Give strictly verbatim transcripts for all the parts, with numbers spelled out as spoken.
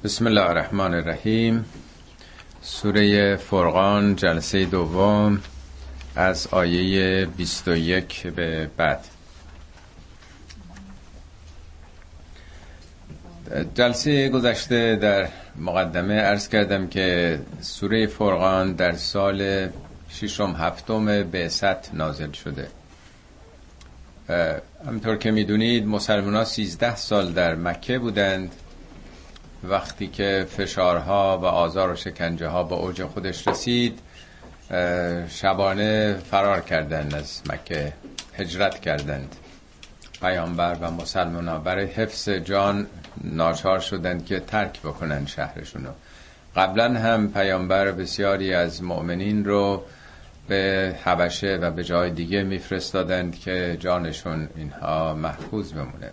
بسم الله الرحمن الرحیم. سوره فرقان، جلسه دوم، از آیه بیست و یک به بعد. جلسه گذشته در مقدمه عرض کردم که سوره فرقان در سال ششم هفتم بعثت نازل شده. همطور که میدونید مسلمان‌ها سیزده سال در مکه بودند. وقتی که فشارها و آزار و شکنجه ها به اوج خودش رسید، شبانه فرار کردند، از مکه هجرت کردند. پیامبر و مسلمان‌ها برای حفظ جان ناچار شدند که ترک بکنن شهرشونو. قبلا هم پیامبر بسیاری از مؤمنین رو به حبشه و به جای دیگه میفرستادند که جانشون اینها محفوظ بمونه.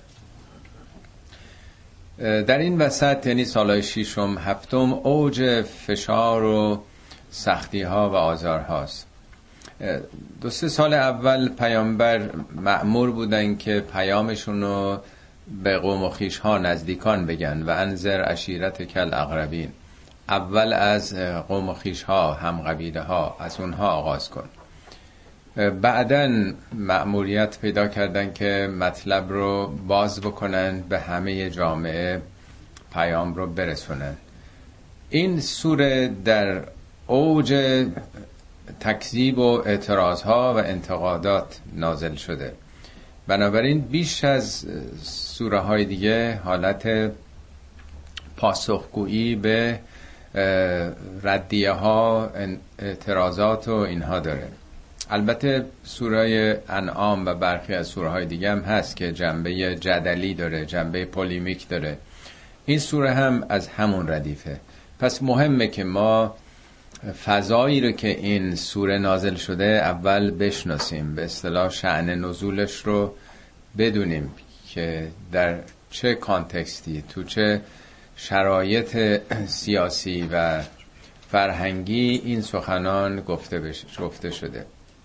در این وسط، یعنی سالهای ششم هفتم، اوج فشار و سختی ها و آزار هاست. دو سه سال اول پیامبر مأمور بودن که پیامشون رو به قوم و خویش ها، نزدیکان بگن و انذر عشیرت کل اقربین. اول از قوم و خویش ها، هم قبیله ها، از اونها آغاز کن. بعدن مأموریت پیدا کردن که مطلب رو باز بکنن، به همه جامعه پیام رو برسونن. این سوره در اوج تکذیب و اعتراض ها و انتقادات نازل شده. بنابراین بیش از سوره های دیگه حالت پاسخگویی به ردیه ها، اعتراضات و اینها داره. البته سوره انعام و برخی از سوره های دیگه هم هست که جنبه جدلی داره، جنبه پولیمیک داره. این سوره هم از همون ردیفه. پس مهمه که ما فضایی رو که این سوره نازل شده اول بشناسیم، به اصطلاح شأن نزولش رو بدونیم که در چه کانتکستی، تو چه شرایط سیاسی و فرهنگی این سخنان گفته, بش... گفته شده.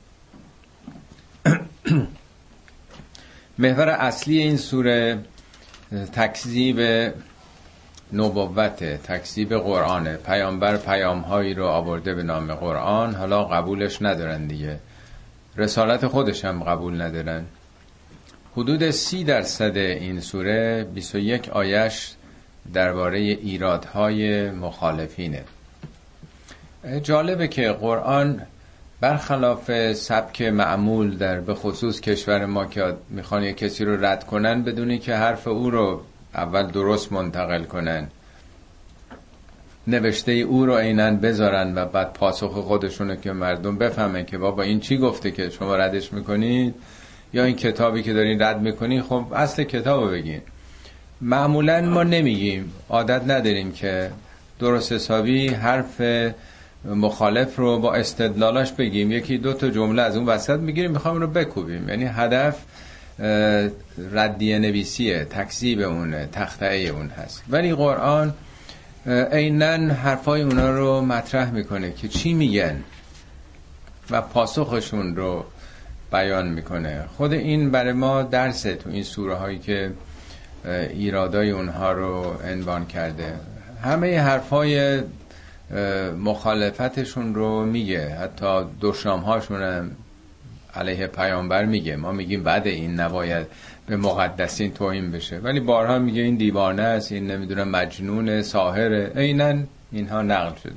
محور اصلی این سوره تکذیب نبوت، تکذیب قرآنه. پیامبر پیامهایی رو آورده به نام قرآن، حالا قبولش ندارن دیگه، رسالت خودش هم قبول ندارن. حدود سی درصد این سوره، بیست و یک آیش درباره ایرادهای مخالفینه. جالبه که قرآن برخلاف سبک معمول در به خصوص کشور ما که میخوان یک کسی رو رد کنن بدونی که حرف او رو اول درست منتقل کنن، نوشته او رو عیناً بذارن و بعد پاسخ خودشونه که مردم بفهمن که بابا این چی گفته که شما ردش میکنید، یا این کتابی که دارین رد میکنین خب اصل کتابو بگین. معمولاً ما نمیگیم، عادت نداریم که درست حسابی حرف مخالف رو با استدلالاش بگیم، یکی دو تا جمله از اون وسط میگیریم میخوایم رو بکوبیم. یعنی هدف ردیه نویسیه، تکذیب اونه، تخطئه اون هست. ولی قرآن عیناً حرفای اونا رو مطرح میکنه که چی میگن و پاسخشون رو بیان میکنه. خود این برای ما درسه تو این سوره هایی که ایرادای اونها رو عنوان کرده. همه حرفای مخالفتشون رو میگه، حتی دشنام هاشون هم علیه پیامبر میگه. ما میگیم بعد این نباید به مقدسین توهین بشه، ولی بارها میگه این دیوانه است، این نمیدونم مجنون، ساحره. عیناً اینها نقل شده.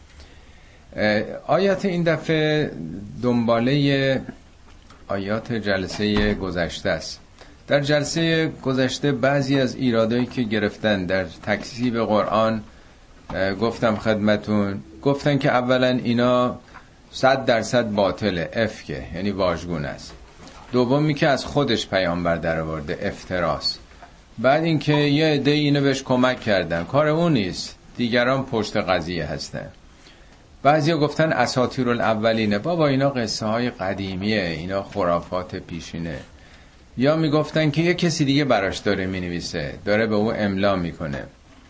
آیات این دفعه دنباله آیات جلسه گذشته است. در جلسه گذشته بعضی از ایرادایی که گرفتن در تکذیب قرآن گفتم خدمتون، گفتن که اولا اینا صد درصد باطله، افکه، یعنی واژگون است. دومی که از خودش پیامبر در آورده، افتراست. بعد اینکه یه عده اینو بهش کمک کردن، کار اون نیست، دیگران پشت قضیه هستن. بعضیا گفتن اساطیر الاولینه، بابا اینا قصه های قدیمیه، اینا خرافات پیشینه. یا میگفتن که یه کسی دیگه براش داره مینویسه، داره به اون املا میکنه.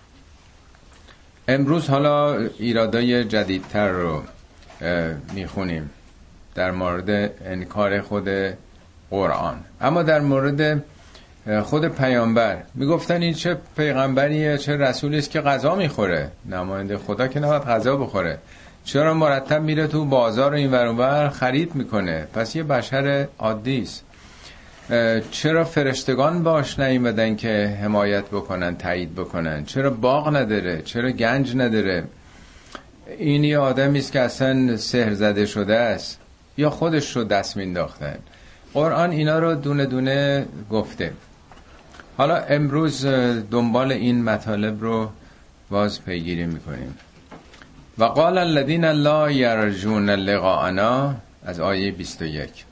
امروز حالا ایرادای جدیدتر رو میخونیم در مورد انکار خود قرآن. اما در مورد خود پیامبر میگفتن این چه پیغمبریه، چه رسولی است که غذا میخوره، نماینده خدا که نباید غذا بخوره، چرا مرتب میره تو بازار این ور اون ور خرید میکنه، پس یه بشر عادی است. چرا فرشتگان باش نیومدن که حمایت بکنن، تایید بکنن، چرا باغ نداره، چرا گنج نداره، این یه آدمی است که اصلا سحر زده شده است، یا خودش رو دست مینداختن. قرآن اینا رو دونه دونه گفته. حالا امروز دنبال این مطالب رو باز پیگیری میکنیم. و قال الذین لا یرجون لقاءنا، از آیه بیست و یک،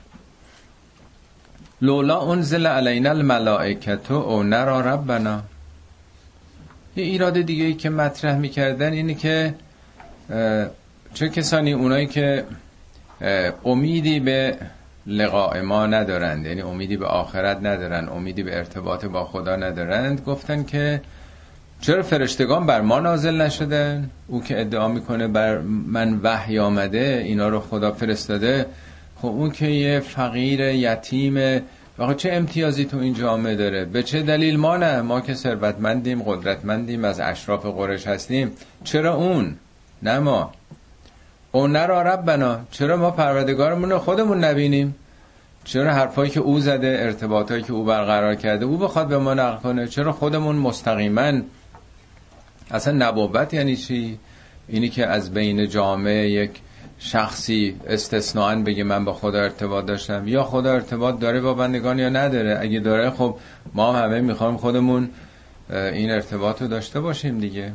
لولا انزل علینا الملائکه او نرى ربنا. یه ایراد دیگه ای که مطرح میکردن اینه که چه کسانی، اونایی که امیدی به لقاء ما ندارند، یعنی امیدی به آخرت ندارن، امیدی به ارتباط با خدا ندارند، گفتن که چرا فرشتگان بر ما نازل نشدن؟ او که ادعا میکنه بر من وحی آمده، اینا رو خدا فرستاده، خب اون که یه فقیر یتیمه، واقعا چه امتیازی تو این جامعه داره؟ به چه دلیل ما نه؟ ما که ثروتمندیم، قدرتمندیم، از اشراف قریش هستیم، چرا اون نه ما؟ او نرى ربنا، چرا ما پروردگارمون رو خودمون نبینیم؟ چرا حرفایی که او زده، ارتباطایی که او برقرار کرده، او بخواد به ما نقل کنه؟ چرا خودمون مستقیما؟ اصلا نبوت یعنی چی؟ اینی که از بین جامعه یک شخصی استثناءً بگه من با خدا ارتباط داشتم، یا خدا ارتباط داره با بندگان یا نداره؟ اگه داره خب ما همه میخوایم خودمون این ارتباط رو داشته باشیم دیگه.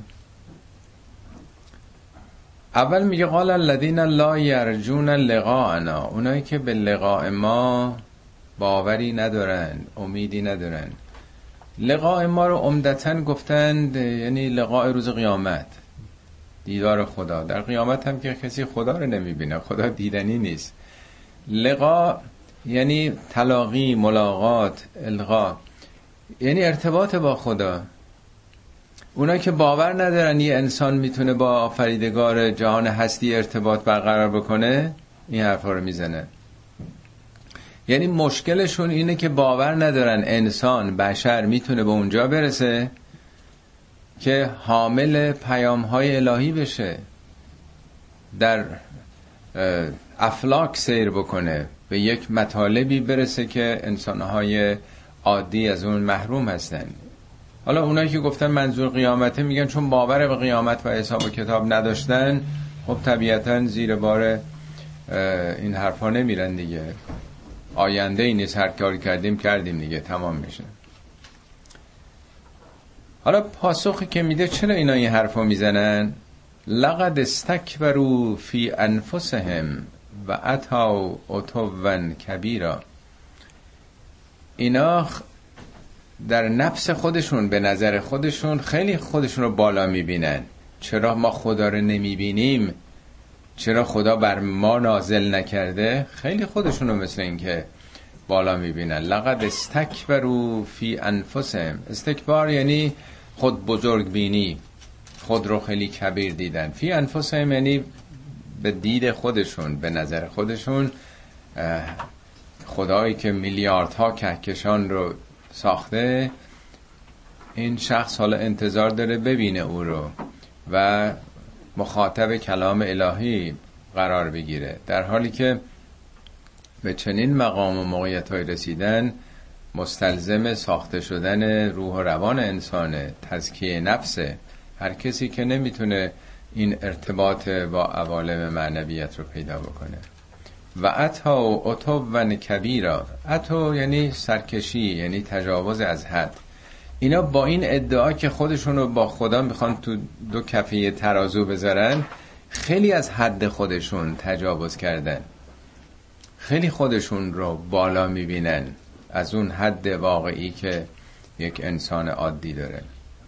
اول میگه قال الذین لا یرجون لقاءنا، اونایی که به لقاء ما باوری ندارن، امیدی ندارن. لقاء ما رو عمدتاً گفتند یعنی لقاء روز قیامت، دیدار خدا. در قیامت هم که کسی خدا رو نمیبینه، خدا دیدنی نیست. لقاء یعنی تلاقی، ملاقات، القا، یعنی ارتباط با خدا. اونایی که باور ندارن یه انسان میتونه با آفریدگار جهان هستی ارتباط برقرار بکنه، این حرفا رو میزنه. یعنی مشکلشون اینه که باور ندارن انسان، بشر میتونه به اونجا برسه که حامل پیام‌های الهی بشه، در افلاک سیر بکنه، به یک مطالبی برسه که انسان‌های عادی از اون محروم هستن. حالا اونایی که گفتن منظور قیامته، میگن چون باور به قیامت و حساب و کتاب نداشتن، خب طبیعتاً زیر بار این حرفا نمیرن دیگه. آینده ای نیست، هر کاری کردیم کردیم دیگه، تمام میشه. حالا پاسخی که میده چرا اینا این حرفا میزنن؟ لقد استکبروا فی انفسهم و اتوا عتوا کبیرا. اینا در نفس خودشون، به نظر خودشون خیلی خودشون رو بالا میبینن. چرا ما خدا رو نمیبینیم؟ چرا خدا بر ما نازل نکرده؟ خیلی خودشون رو مثل این که بالا میبینن. لقد استکبروا فی انفسهم. استکبار یعنی خود بزرگ بینی، خود رو خیلی کبیر دیدن. فی انفسهم یعنی به دید خودشون، به نظر خودشون. خدایی که میلیاردها کهکشان رو ساخته، این شخص حالا انتظار داره ببینه او رو و مخاطب کلام الهی قرار بگیره، در حالی که به چنین مقام و موقعیت‌های رسیدن مستلزم ساخته شدن روح و روان انسانه، تزکیه نفسه. هر کسی که نمیتونه این ارتباط با عوالم معنویت رو پیدا بکنه. و عطا عطوا کبیرا. عطا یعنی سرکشی، یعنی تجاوز از حد. اینا با این ادعا که خودشون رو با خدا میخوان تو دو کفه ترازو بذارن، خیلی از حد خودشون تجاوز کردن، خیلی خودشون رو بالا میبینن از اون حد واقعی که یک انسان عادی داره.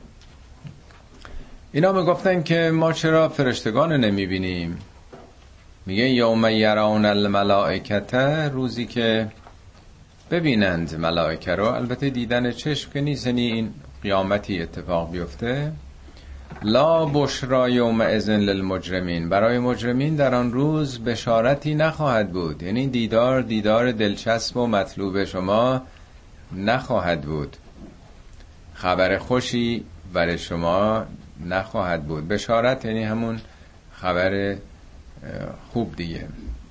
اینا میگفتن که ما چرا فرشتگان رو نمیبینیم؟ میگه یوم یرون الملائکه، روزی که ببینند ملائکه رو، البته دیدن چشم که نیست، یعنی این قیامتی اتفاق بیفته. لا بشرا یوم اذن للمجرمین، برای مجرمین در آن روز بشارتی نخواهد بود. یعنی دیدار دیدار دلچسب و مطلوب شما نخواهد بود، خبر خوشی برای شما نخواهد بود. بشارت یعنی همون خبر خوب دیگه.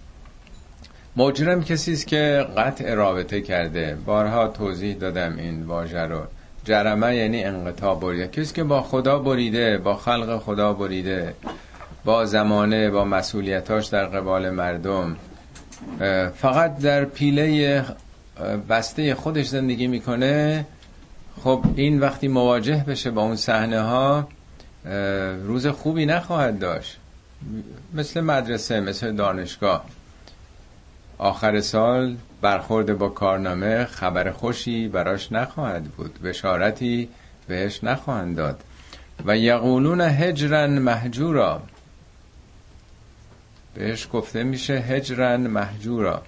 مجرم کسی است که قطع رابطه کرده. بارها توضیح دادم این واژه رو. جرمه یعنی انقطاع بریده، کسی که با خدا بریده، با خلق خدا بریده، با زمانه، با مسئولیتاش در قبال مردم، فقط در پیله بسته خودش زندگی میکنه. خب این وقتی مواجه بشه با اون صحنه ها روز خوبی نخواهد داشت. مثل مدرسه، مثل دانشگاه، آخر سال برخورد با کارنامه خبر خوشی براش نخواهد بود، بشارتی بهش نخواهند داد. و یقولون هجرا مهجورا، بهش گفته میشه هجرا مهجورا.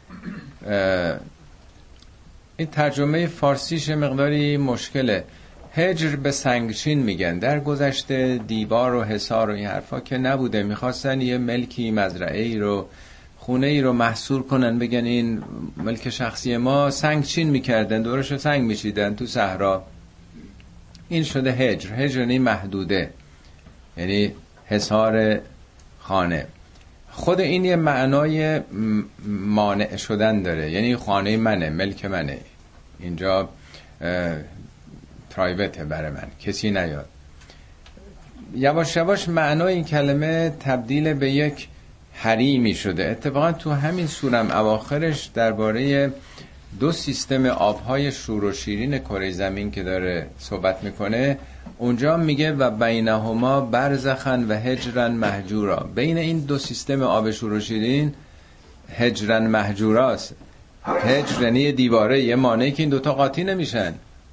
این ترجمه فارسیش مقداری مشکله. هجر به سنگچین میگن. در گذشته دیوار و حصار و این حرفا که نبوده، میخواستن یه ملکی، مزرعه ای رو، خونه ای رو محصور کنن، بگن این ملک شخصی ما، سنگچین میکردن، دورش رو سنگ میچیدن تو صحرا. این شده هجر. هجر یعنی محدوده، یعنی حصار خانه. خود این یه معنای مانع شدن داره، یعنی خانه منه، ملک منه، اینجا پرایوته برای من، کسی نیاد. یواش یواش معنای این کلمه تبدیل به یک حریمی شده. اتفاقا تو همین سورم اواخرش درباره دو سیستم آبهای شور و شیرین کره زمین که داره صحبت میکنه، اونجا میگه و بینهما برزخن و هجرن مهجورا. بین این دو سیستم آب شور و شیرین هجرن مهجوراست. هجر یعنی دیواره، یه مانعی که این دوتا قاطی نمیشن.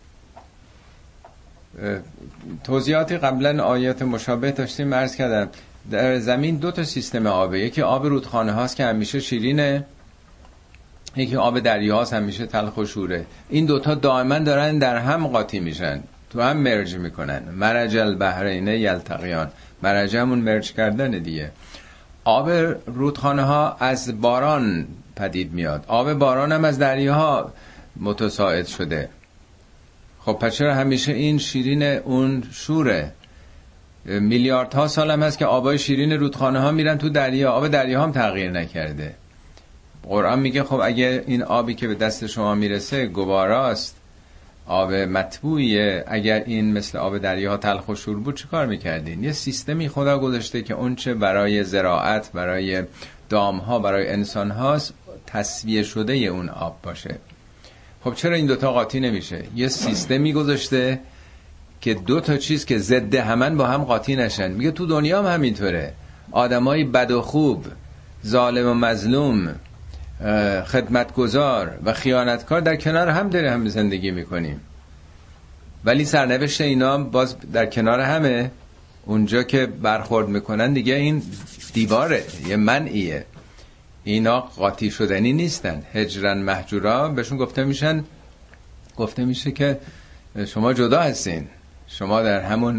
توضیحاتی قبلا آیات مشابه داشتیم، عرض کردم در زمین دو تا سیستم آبه. یکی آب رودخانه هاست که همیشه شیرینه، یکی آب دریا هاست همیشه تلخ و شوره. این دوتا دائما دارن در هم قاطی میشن، تو هم مرج میکنن. مرج البحرین یلتقیان، مرج همون مرج کردن دیگه. آب رودخانه ها از باران پدید میاد، آب باران هم از دریاها متساعد شده. خب پس چرا همیشه این شیرین اون شوره؟ میلیاردها سال هم هست که آبای شیرین رودخانه ها میرن تو دریا، آب دریا هم تغییر نکرده. قرآن میگه خب اگه این آبی که به دست شما میرسه گواراست، آب مطبوعیه، اگر این مثل آب دریا تلخ و شور بود چه کار میکردین؟ یه سیستمی خدا گذاشته که اون چه برای زراعت، برای دامها، برای انسان هاست، تصفیه شده اون آب باشه. خب چرا این دوتا قاطی نمیشه؟ یه سیستمی گذاشته که دو تا چیز که ضد همن با هم قاطی نشن. میگه تو دنیا هم همینطوره، آدمای بد و خوب، ظالم و مظلوم، خدمتگزار و خیانتکار در کنار هم داره هم زندگی میکنیم، ولی سرنوشت اینا باز در کنار همه. اونجا که برخورد میکنن دیگه این دیواره، یه منعیه، اینا قاطی شدنی نیستن. هجرن مهجورا بهشون گفته میشن، گفته میشه که شما جدا هستین، شما در همون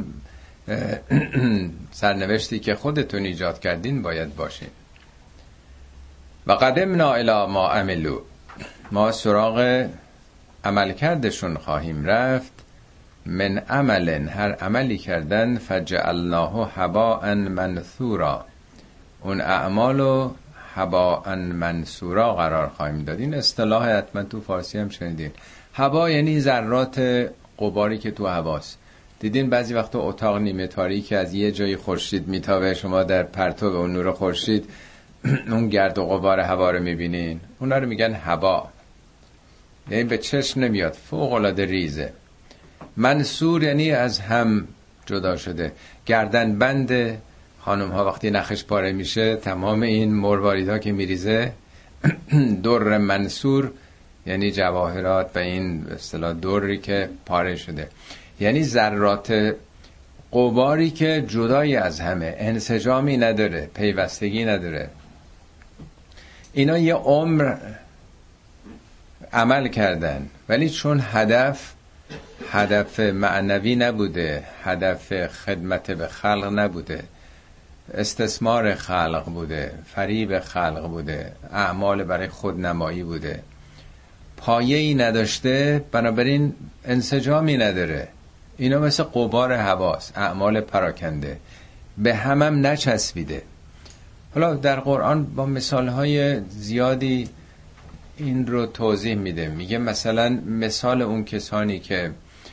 سرنوشتی که خودتون ایجاد کردین باید باشین. و قدمنا الی ما عملو، ما سراغ عمل کردشون خواهیم رفت. من عمل، هر عملی کردن، فجعلناه هباء منثورا، اون اعمالو هباء منثورا قرار خواهیم داد. این اصطلاح حتما تو فارسی هم شنیدین. هوا یعنی ذرات غباری که تو هواست. دیدین بعضی وقتا اتاق نیمه تاریک از یه جای خورشید میتابه، شما در پرتو اون نور خورشید اون گرد و غبار هوا رو میبینین، اونا رو میگن هوا. یعنی به چشم نمیاد، فوق العاده ریزه. منصور یعنی از هم جدا شده. گردن بند خانم ها وقتی نخش پاره میشه، تمام این مرواریدها که میریزه در منصور یعنی جواهرات و این به اصطلاح دری که پاره شده، یعنی ذرات غباری که جدایی از همه، انسجامی نداره، پیوستگی نداره. اینا یه عمر عمل کردن، ولی چون هدف هدف معنوی نبوده، هدف خدمت به خلق نبوده، استثمار خلق بوده، فریب خلق بوده، اعمال برای خودنمایی بوده، پایه‌ای نداشته، بنابراین انسجامی نداره. اینا مثل غبار هواست، اعمال پراکنده، به هم هم نچسبیده. حالا در قرآن با مثالهای زیادی این رو توضیح میده. میگه مثلا مثال اون کسانی که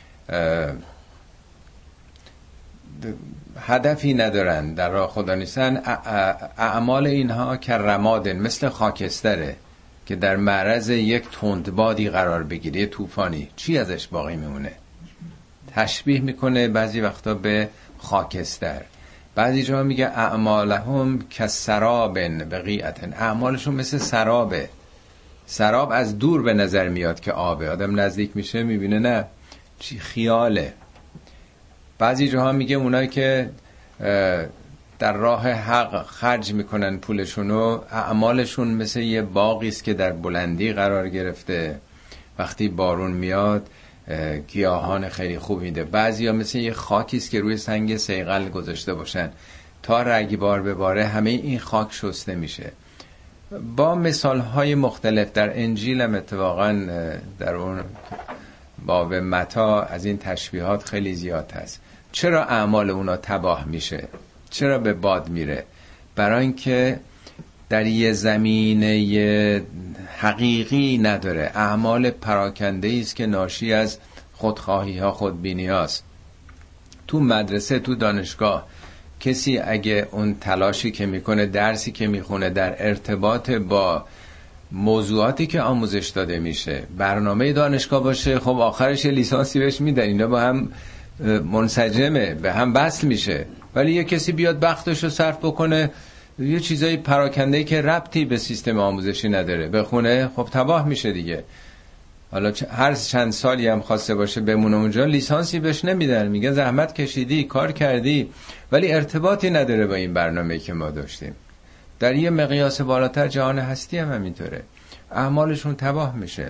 هدفی ندارن، در راه خدا نیستن، اعمال اینها که رمادن، مثل خاکستره که در معرض یک تندبادی قرار بگیره، یه طوفانی، چی ازش باقی میمونه؟ تشبیه میکنه بعضی وقتا به خاکستر. بعضی جا میگه اعمالهم کسرابن بقیعتن، اعمالشون مثل سرابه. سراب از دور به نظر میاد که آبه، آدم نزدیک میشه میبینه نه، چی خیاله. بعضی جاها میگه اونایی که در راه حق خرج میکنن پولشونو، اعمالشون مثل یه باغی است که در بلندی قرار گرفته، وقتی بارون میاد گیاهان خیلی خوب میده. بعضیا مثل یه خاکی است که روی سنگ صیقل گذاشته باشن، تا رگبار بباره همه این خاک شسته میشه. با مثالهای مختلف در انجیل هم اتفاقا در اون باب متی از این تشبیهات خیلی زیاد هست. چرا اعمال اونا تباه میشه؟ چرا به باد میره؟ برای اینکه در یه زمینه حقیقی نداره، اعمال پراکنده است که ناشی از خودخواهی ها، خودبینی هاست. تو مدرسه، تو دانشگاه کسی اگه اون تلاشی که میکنه، درسی که میخونه، در ارتباط با موضوعاتی که آموزش داده میشه، برنامه دانشگاه باشه، خب آخرش لیسانسی بهش میدن، اینا با هم منسجمه، به هم وصل میشه. ولی یه کسی بیاد وقتشو صرف بکنه یه چیزای پراکنده که ربطی به سیستم آموزشی نداره بخونه، خب تباه میشه دیگه. حالا هر چند سالی هم خواسته باشه بمونه اونجا، لیسانسی بهش نمیدن، میگه زحمت کشیدی، کار کردی، ولی ارتباطی نداره با این برنامه‌ای که ما داشتیم. در یه مقیاس بالاتر جهان هستی هم همینطوره، اعمالشون تباه میشه.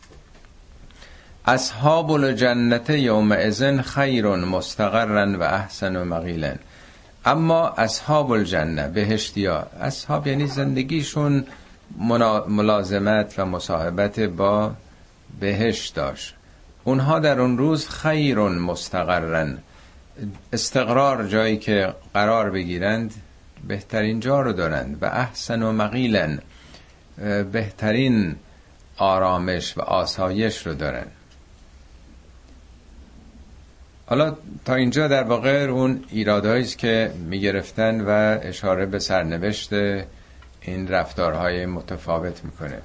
اصحاب الجنت یومئذ خیر مستقرا و احسن مقیلا. اما اصحاب الجنه، بهشتیا، اصحاب یعنی زندگیشون ملازمت و مصاحبت با بهشت داشت. اونها در اون روز خیر مستقرا، استقرار، جایی که قرار بگیرند، بهترین جا رو دارند. و احسن و مقیلا، بهترین آرامش و آسایش رو دارند. حالا تا اینجا در واقع اون ایرادهایی است که میگرفتن و اشاره به سرنوشت این رفتارهای متفاوت میکنه.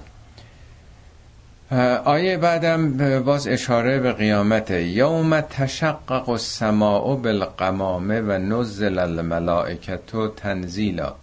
آیه بعدم باز اشاره به قیامت. یوم تشقق السماء بالغمام و نزل الملائکه تنزیلا.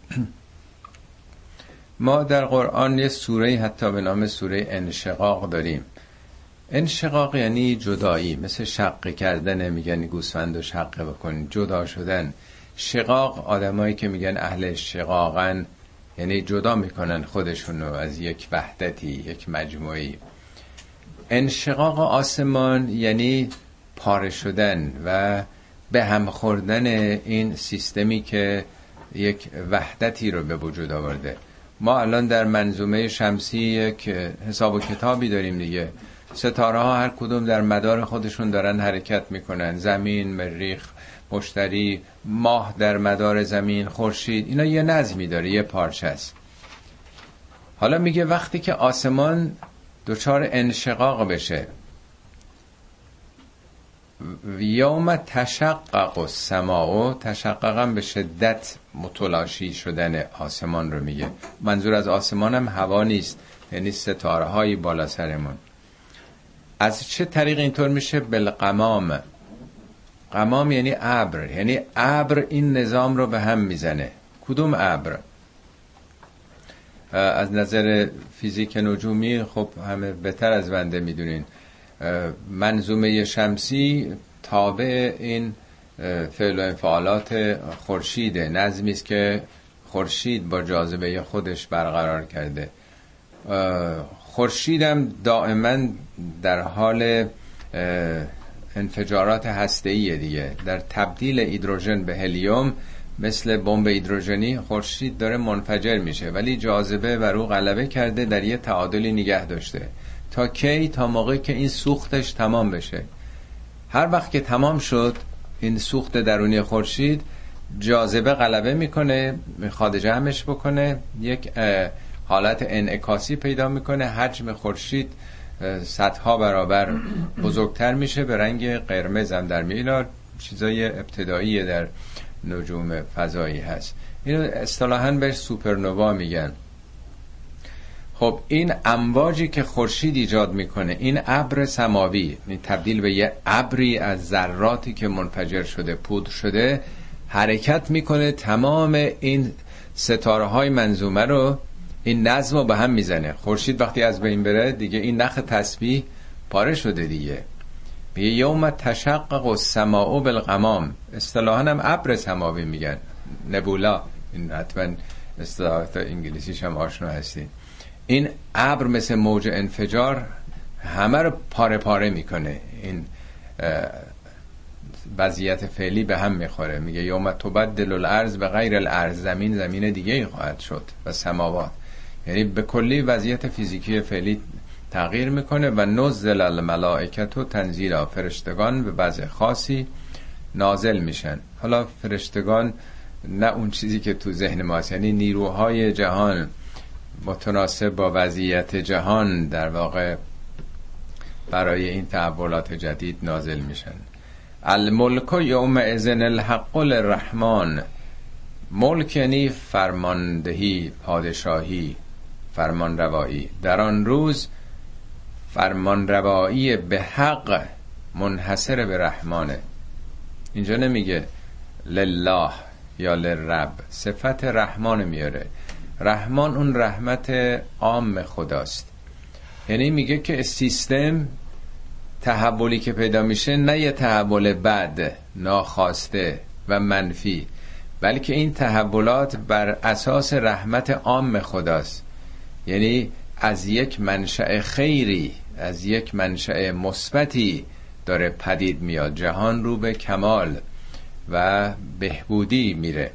ما در قرآن یه سوره حتی به نام سوره انشقاق داریم. انشقاق یعنی جدایی، مثل شق کردن، میگن گوسفندو شق بکنین، جدا شدن. شقاق آدمایی که میگن اهل شقاقن، یعنی جدا میکنن خودشونو از یک وحدتی، یک مجموعی. انشقاق آسمان یعنی پاره شدن و به هم خوردن این سیستمی که یک وحدتی رو به وجود آورده. ما الان در منظومه شمسی یک حساب و کتابی داریم دیگه. ستاره ها هر کدوم در مدار خودشون دارن حرکت میکنن، زمین، مریخ، مشتری، ماه در مدار زمین، خورشید، اینا یه نظمی داره، یه پارچه است. حالا میگه وقتی که آسمان دچار انشقاق بشه، یوم تشقق السماء، تشققم به شدت متلاشی شدن آسمان رو میگه. منظور از آسمان هم هوا نیست، یعنی ستاره هایی بالا سرمون. از چه طریق اینطور میشه؟ بالغمام. غمام یعنی ابر، یعنی ابر این نظام رو به هم میزنه. کدوم ابر؟ از نظر فیزیک نجومی خب همه بهتر از بنده میدونین، منظومه شمسی تابع این فعل و انفعالات خورشیده، نظمی است که خورشید با جاذبه خودش برقرار کرده. خورشید هم دائما در حال انفجارات هسته‌ایه دیگه، در تبدیل هیدروژن به هلیوم، مثل بمب هیدروژنی خورشید داره منفجر میشه، ولی جاذبه بر او غلبه کرده، در یه تعادلی نگه داشته. تا تا کی؟ تا موقعی که این سوختش تمام بشه. هر وقت که تمام شد این سوخت درونی خورشید، جاذبه غلبه میکنه، میخواد جمعش بکنه، یک حالت انعکاسی پیدا میکنه، حجم خورشید صدها برابر بزرگتر میشه، به رنگ قرمز هم در میاد. اینا چیزای ابتدایی در نجوم فضایی هست، اینو اصطلاحاً بهش سوپرنوا میگن. خب این امواجی که خورشید ایجاد میکنه، این ابر سماوی تبدیل به یه ابری از ذراتی که منفجر شده، پودر شده، حرکت میکنه، تمام این ستاره های منظومه رو، این نظم رو به هم میزنه. خورشید وقتی از بین بره دیگه این نخ تسبیح پاره شده دیگه. به یوم تشقق السماء بالغمام، اصطلاحاً هم ابر سماوی میگن، نبولا، این حتما اصطلاحات انگلیسیش هم آشنا هستین. این ابر مثل موج انفجار همه رو پاره پاره میکنه. این وضعیت فعلی به هم میخوره. میگه یوم تبدل الارض به غیر الارض، زمین زمین دیگه ای خواهد شد و سماوات، یعنی به کلی وضعیت فیزیکی فعلی تغییر میکنه. و نزل الملائکه و تنزیلا، فرشتگان به وضع خاصی نازل میشن. حالا فرشتگان نه اون چیزی که تو ذهن ماست، یعنی نیروهای جهان متناسب با وضعیت جهان در واقع برای این تحولات جدید نازل میشن. الملک یوم اذن الحق للرحمن، ملک یعنی فرماندهی، پادشاهی، فرمانروایی. در آن روز فرمانروایی به حق منحصر به رحمانه. اینجا نمیگه لله یا للرب، صفت رحمان میاره. رحمان اون رحمت عام خداست، یعنی میگه که سیستم تحولی که پیدا میشه نه یه تحول بد، ناخواسته و منفی، بلکه این تحولات بر اساس رحمت عام خداست. یعنی از یک منشأ خیری، از یک منشأ مثبتی داره پدید میاد، جهان رو به کمال و بهبودی میره.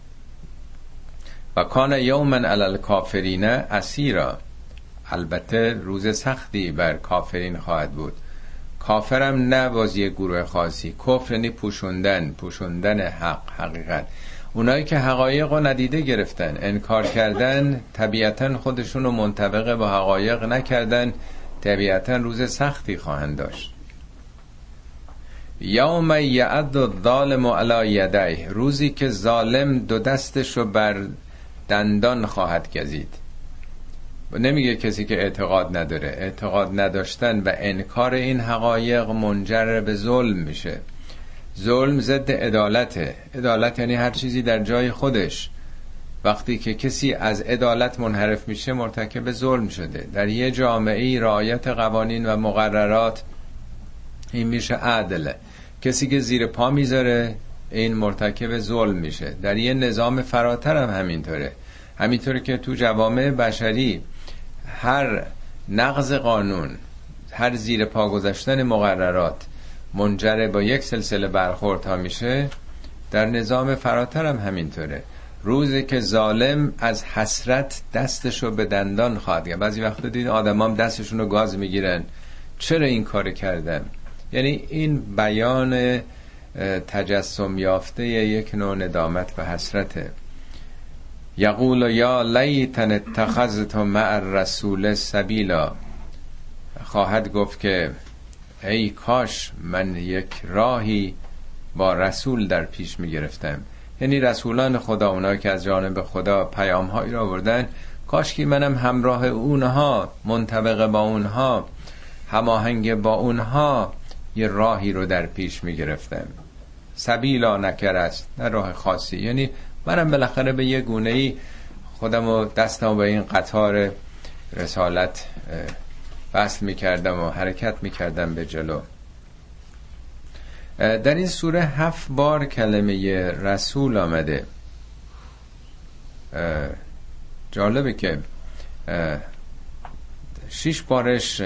و کان یوما علی الکافرین اسیرا، البته روز سختی بر کافرین خواهد بود. کافرم نه بازی گروه خاصی، کفر یعنی پوشوندن، پوشوندن حق، حقیقت. اونایی که حقایق رو ندیده گرفتن، انکار کردن، طبیعتا خودشون رو منطبق با حقایق نکردن، طبیعتا روز سختی خواهند داشت. یوم یعد الظالم علی یدیه، روزی که ظالم دو دستش رو بر دندان خواهد گزید. و نمیگه کسی که اعتقاد نداره، اعتقاد نداشتن و انکار این حقایق منجر به ظلم میشه. ظلم ضد عدالته. عدالت یعنی هر چیزی در جای خودش. وقتی که کسی از عدالت منحرف میشه مرتکب ظلم شده. در یه جامعه رعایت قوانین و مقررات این میشه عدل. کسی که زیر پا میذاره این مرتکب ظلم میشه. در یه نظام فراتر هم همینطوره. همینطوره که تو جوامع بشری هر نقض قانون، هر زیر پا گذاشتن مقررات منجر با یک سلسله برخوردها میشه. در نظام فراتر هم همینطوره. روزی که ظالم از حسرت دستشو به دندان خواهد گرفت. بعضی وقتا دیدین آدمام دستشون رو گاز میگیرن، چرا این کار کردم؟ یعنی این بیان تجسم یافته یک نوع ندامت و حسرته. یقول یا لیتن اتخذت مع الرسول سبیلا، خواهد گفت که ای کاش من یک راهی با رسول در پیش می گرفتم. یعنی رسولان خدا، اونایی که از جانب خدا پیام هایی را آوردن، کاش که منم همراه اونها، منطبق با اونها، هماهنگ با اونها یه راهی رو در پیش می گرفتم. سبیلا نکر است، نه راه خاصی. یعنی منم بالاخره به یه گونه‌ای خودم و دستم به این قطار رسالت وصل میکردم و حرکت میکردم به جلو. در این سوره هفت بار کلمه رسول آمده. جالبه که شش بارش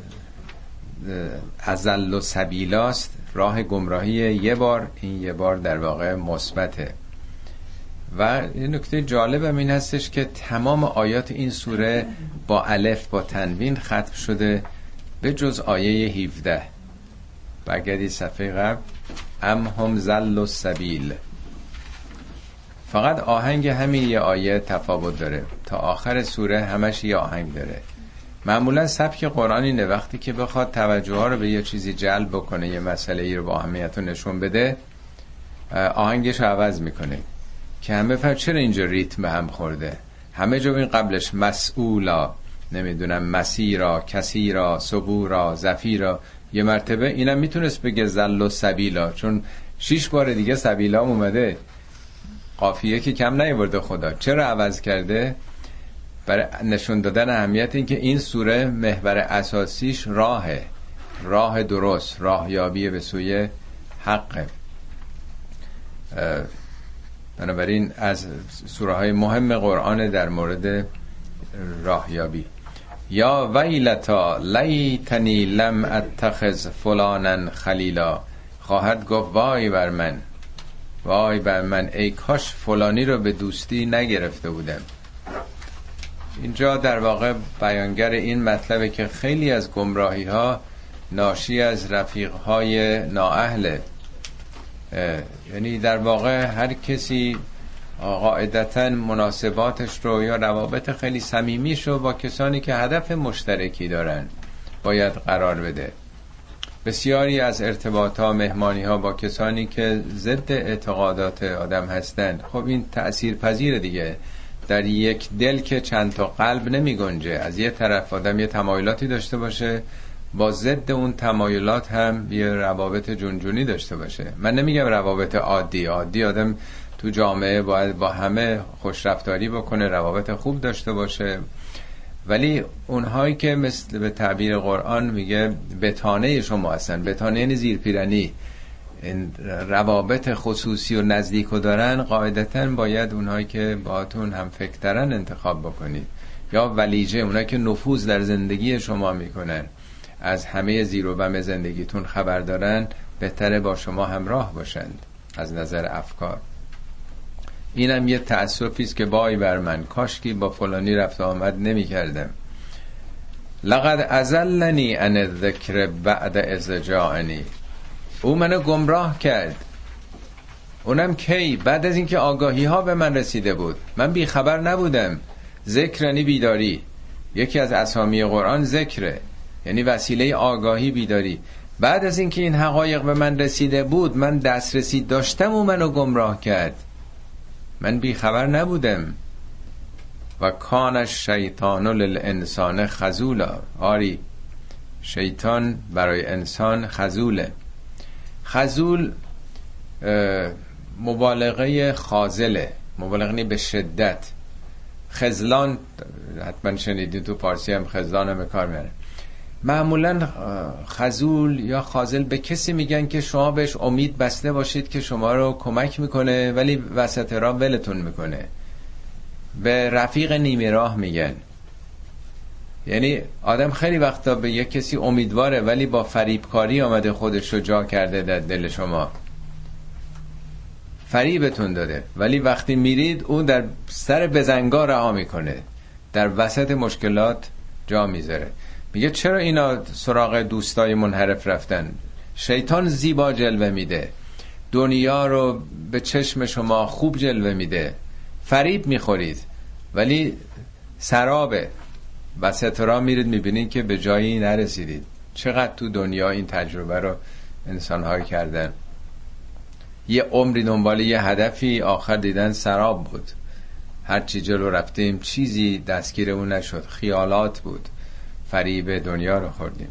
ازل و سبیلاست، راه گمراهی. یه بار، این یه بار در واقع مثبته. و یه نکته جالبم این هستش که تمام آیات این سوره با الف، با تنوین ختم شده به جز آیه هفده. برگردی صفحه قبل، ام هم زل و سبیل. فقط آهنگ همین یه آیه تفاوت داره، تا آخر سوره همش یه آهنگ داره. معمولا سبک قرآن اینه وقتی که بخواد توجه ها رو به یه چیزی جلب بکنه، یه مسئله ای رو با اهمیت رو نشون بده، آهنگش رو عوض میکنه که همه بفهم چرا اینجا ریتم به هم خورده. همه جا این قبلش مسئولا، نمیدونم مسیرا، کثیرا، صبورا، زفیرا، یه مرتبه اینم میتونست بگه زل و سبیلا، چون شش بار دیگه سبیلا اومده، قافیه که کم نیاورده خدا. چرا عوض کرده؟ برای نشون دادن اهمیت این که این سوره محور اساسیش راهه، راه درست، راهیابی به سوی حقه. بنابراین از سوره های مهم قرآن در مورد راهیابی. یا ویلتا لیتنی لم اتخذ فلانا خلیلا، خواهد گفت وای بر من، وای بر من، ای کاش فلانی رو به دوستی نگرفته بودم. اینجا در واقع بیانگر این مطلبه که خیلی از گمراهی ها ناشی از رفیق های نااهله. یعنی در واقع هر کسی قاعدتاً مناسباتش رو یا روابط خیلی صمیمیش رو با کسانی که هدف مشترکی دارن باید قرار بده. بسیاری از ارتباط ها، مهمانی ها با کسانی که ضد اعتقادات آدم هستند، خب این تأثیر پذیر دیگه. در یک دل که چند تا قلب نمی گنجه. از یه طرف آدم یه تمایلاتی داشته باشه، با ضد اون تمایلات هم یه روابط جنجونی داشته باشه. من نمیگم روابط عادی، عادی آدم تو جامعه باید با همه خوش رفتاری بکنه، روابط خوب داشته باشه، ولی اونهایی که مثل به تعبیر قرآن میگه بتانه شما هستن، بتانه یعنی زیرپیرنی، این روابط خصوصی و نزدیکو دارن، قاعدتاً باید اونهایی که باهاتون هم فکرن انتخاب بکنید. یا ولیجه، اونهایی که نفوذ در زندگی شما میکنن، از همه زیر و بم زندگیتون خبر دارن، بهتره با شما همراه باشند از نظر افکار. اینم یه تأسفی است که وای بر من، کاشکی با فلانی رفت آمد نمی کردم. لقد اضلنی عن الذکر بعد اذ جاءنی، او منو گمراه کرد. اونم کی؟ بعد از اینکه آگاهی ها به من رسیده بود. من بی خبر نبودم. ذکر یعنی بیداری، یکی از اسامی قرآن ذکره، یعنی وسیله آگاهی، بیداری. بعد از اینکه این حقایق به من رسیده بود، من دسترسی داشتم و منو گمراه کرد. من بی خبر نبودم. و کان الشیطان للانسان خذولا، آری شیطان برای انسان خذوله. خذول مبالغه خاذله، مبالغه به شدت. خذلان حتما شنیدین، تو فارسی هم خذلان هم به کار میاره. معمولا خذول یا خاذل به کسی میگن که شما بهش امید بسته باشید که شما رو کمک میکنه ولی وسط راه ولتون میکنه. به رفیق نیمه راه میگن. یعنی آدم خیلی وقتا به یک کسی امیدواره ولی با فریبکاری آمده خودش رو جا کرده در دل شما، فریبتون داده، ولی وقتی میرید اون در سر بزنگا رها میکنه، در وسط مشکلات جا میذاره. میگه چرا اینا سراغ دوستای منحرف رفتن؟ شیطان زیبا جلوه میده، دنیا رو به چشم شما خوب جلوه میده، فریب میخورید ولی سرابه، وسط راه میرید میبینید که به جایی نرسیدید. چقدر تو دنیا این تجربه رو انسان‌ها کردن، یه عمری دنبال یه هدفی، آخر دیدن سراب بود، هر چی جلو رفتیم چیزی دستگیر اون نشد، خیالات بود، فریب دنیا رو خوردیم.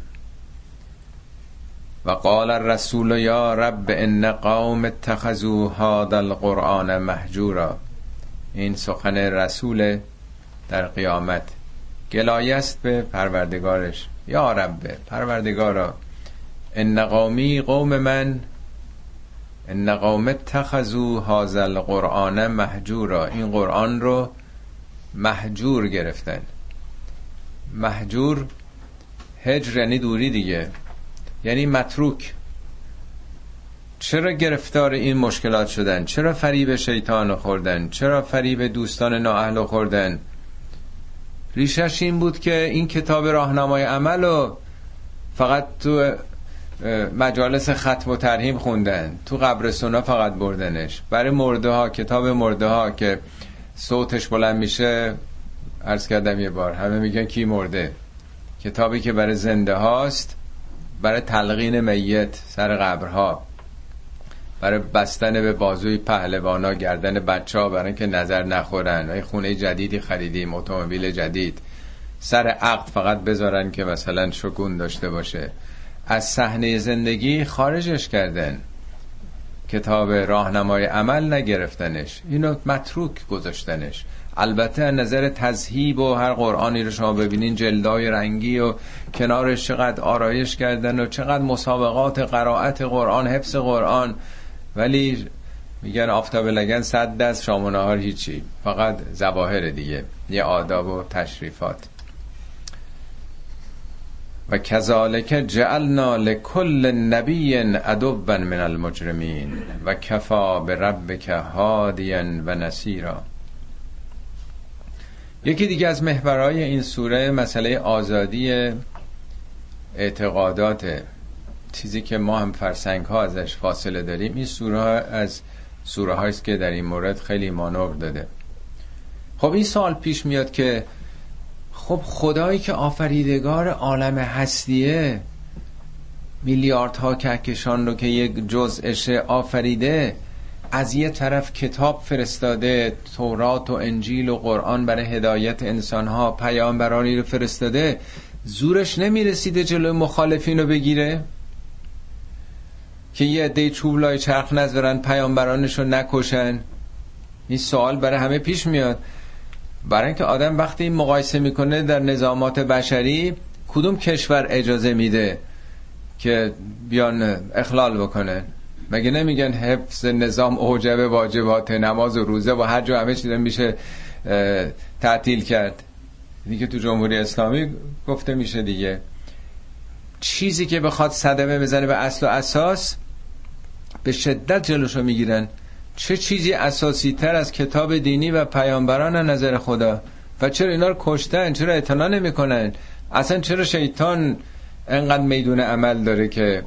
و قال الرسول یا رب ان قوم اتخذوا هذا القرآن مهجورا، این سخن رسول در قیامت، گلایست به پروردگارش. یا رب، پروردگارا، ان قومی، قوم من، ان قوم اتخذوا هذا القرآن مهجورا، این قرآن رو مهجور گرفتن. مهجور، هجر یعنی دوری دیگه، یعنی متروک. چرا گرفتار این مشکلات شدن؟ چرا فریب شیطان خوردن؟ چرا فریب دوستان نااهل خوردن؟ ریشش این بود که این کتاب راهنمای عمل رو فقط تو مجالس ختم و ترحیم خوندن، تو قبرستونا فقط بردنش. برای مرده ها، کتاب مرده ها که صوتش بلند میشه، عرض کردم یه بار، همه میگن کی مرده. کتابی که برای زنده هاست، برای تلقین میت سر قبرها، برای بستن به بازوی پهلوانا گردن بچه ها برای که نظر نخورن، ای خونه جدیدی خریدیم، اتومبیل جدید، سر عقد فقط بذارن که مثلا شگون داشته باشه. از صحنه زندگی خارجش کردن، کتاب راهنمای عمل نگرفتنش، اینو متروک گذاشتنش. البته از نظر تذهیب و هر قرآنی رو شما ببینین جلدای رنگی و کنارش چقدر آرایش کردن و چقدر مسابقات قرائت قرآن، حفظ قرآن، ولی میگن آفتاب لگن صد دست، شام و نهار هیچی، فقط ظواهر دیگه، یه آداب و تشریفات. و کذالک جعلنا لكل نبی عدوا من المجرمین و کفا بربک هادیا و نصیرا. یکی دیگه از محورهای این سوره مسئله آزادی اعتقادات، چیزی که ما هم فرسنگ ها ازش فاصله داریم. این سوره از سوره هاییست که در این مورد خیلی مانور داده. خب این سوال پیش میاد که خب خدایی که آفریدگار عالم هستیه، میلیاردها کهکشان رو که یک جزءشه آفریده، از یه طرف کتاب فرستاده، تورات و انجیل و قرآن برای هدایت انسانها، پیامبرانی رو فرستاده، زورش نمیرسیده جلوی مخالفین رو بگیره که یه عده چوب لای چرخ نذارن، پیامبرانش رو نکشن؟ این سوال برای همه پیش میاد. برای اینکه آدم وقتی مقایسه میکنه در نظامات بشری، کدوم کشور اجازه میده که بیان اخلال بکنن؟ مگه نمیگن حفظ نظام اوجب واجبات، نماز و روزه و حج و همه چیز میشه تعطیل کرد دیگه؟ تو جمهوری اسلامی گفته میشه دیگه. چیزی که بخواد صدمه بزنه به اصل و اساس، به شدت جلوشو میگیرن. چه چیزی اساسی تر از کتاب دینی و پیامبران از نظر خدا؟ و چرا اینا رو کشتن؟ چرا اعتنا نمیکنن؟ اصلا چرا شیطان انقدر میدون عمل داره که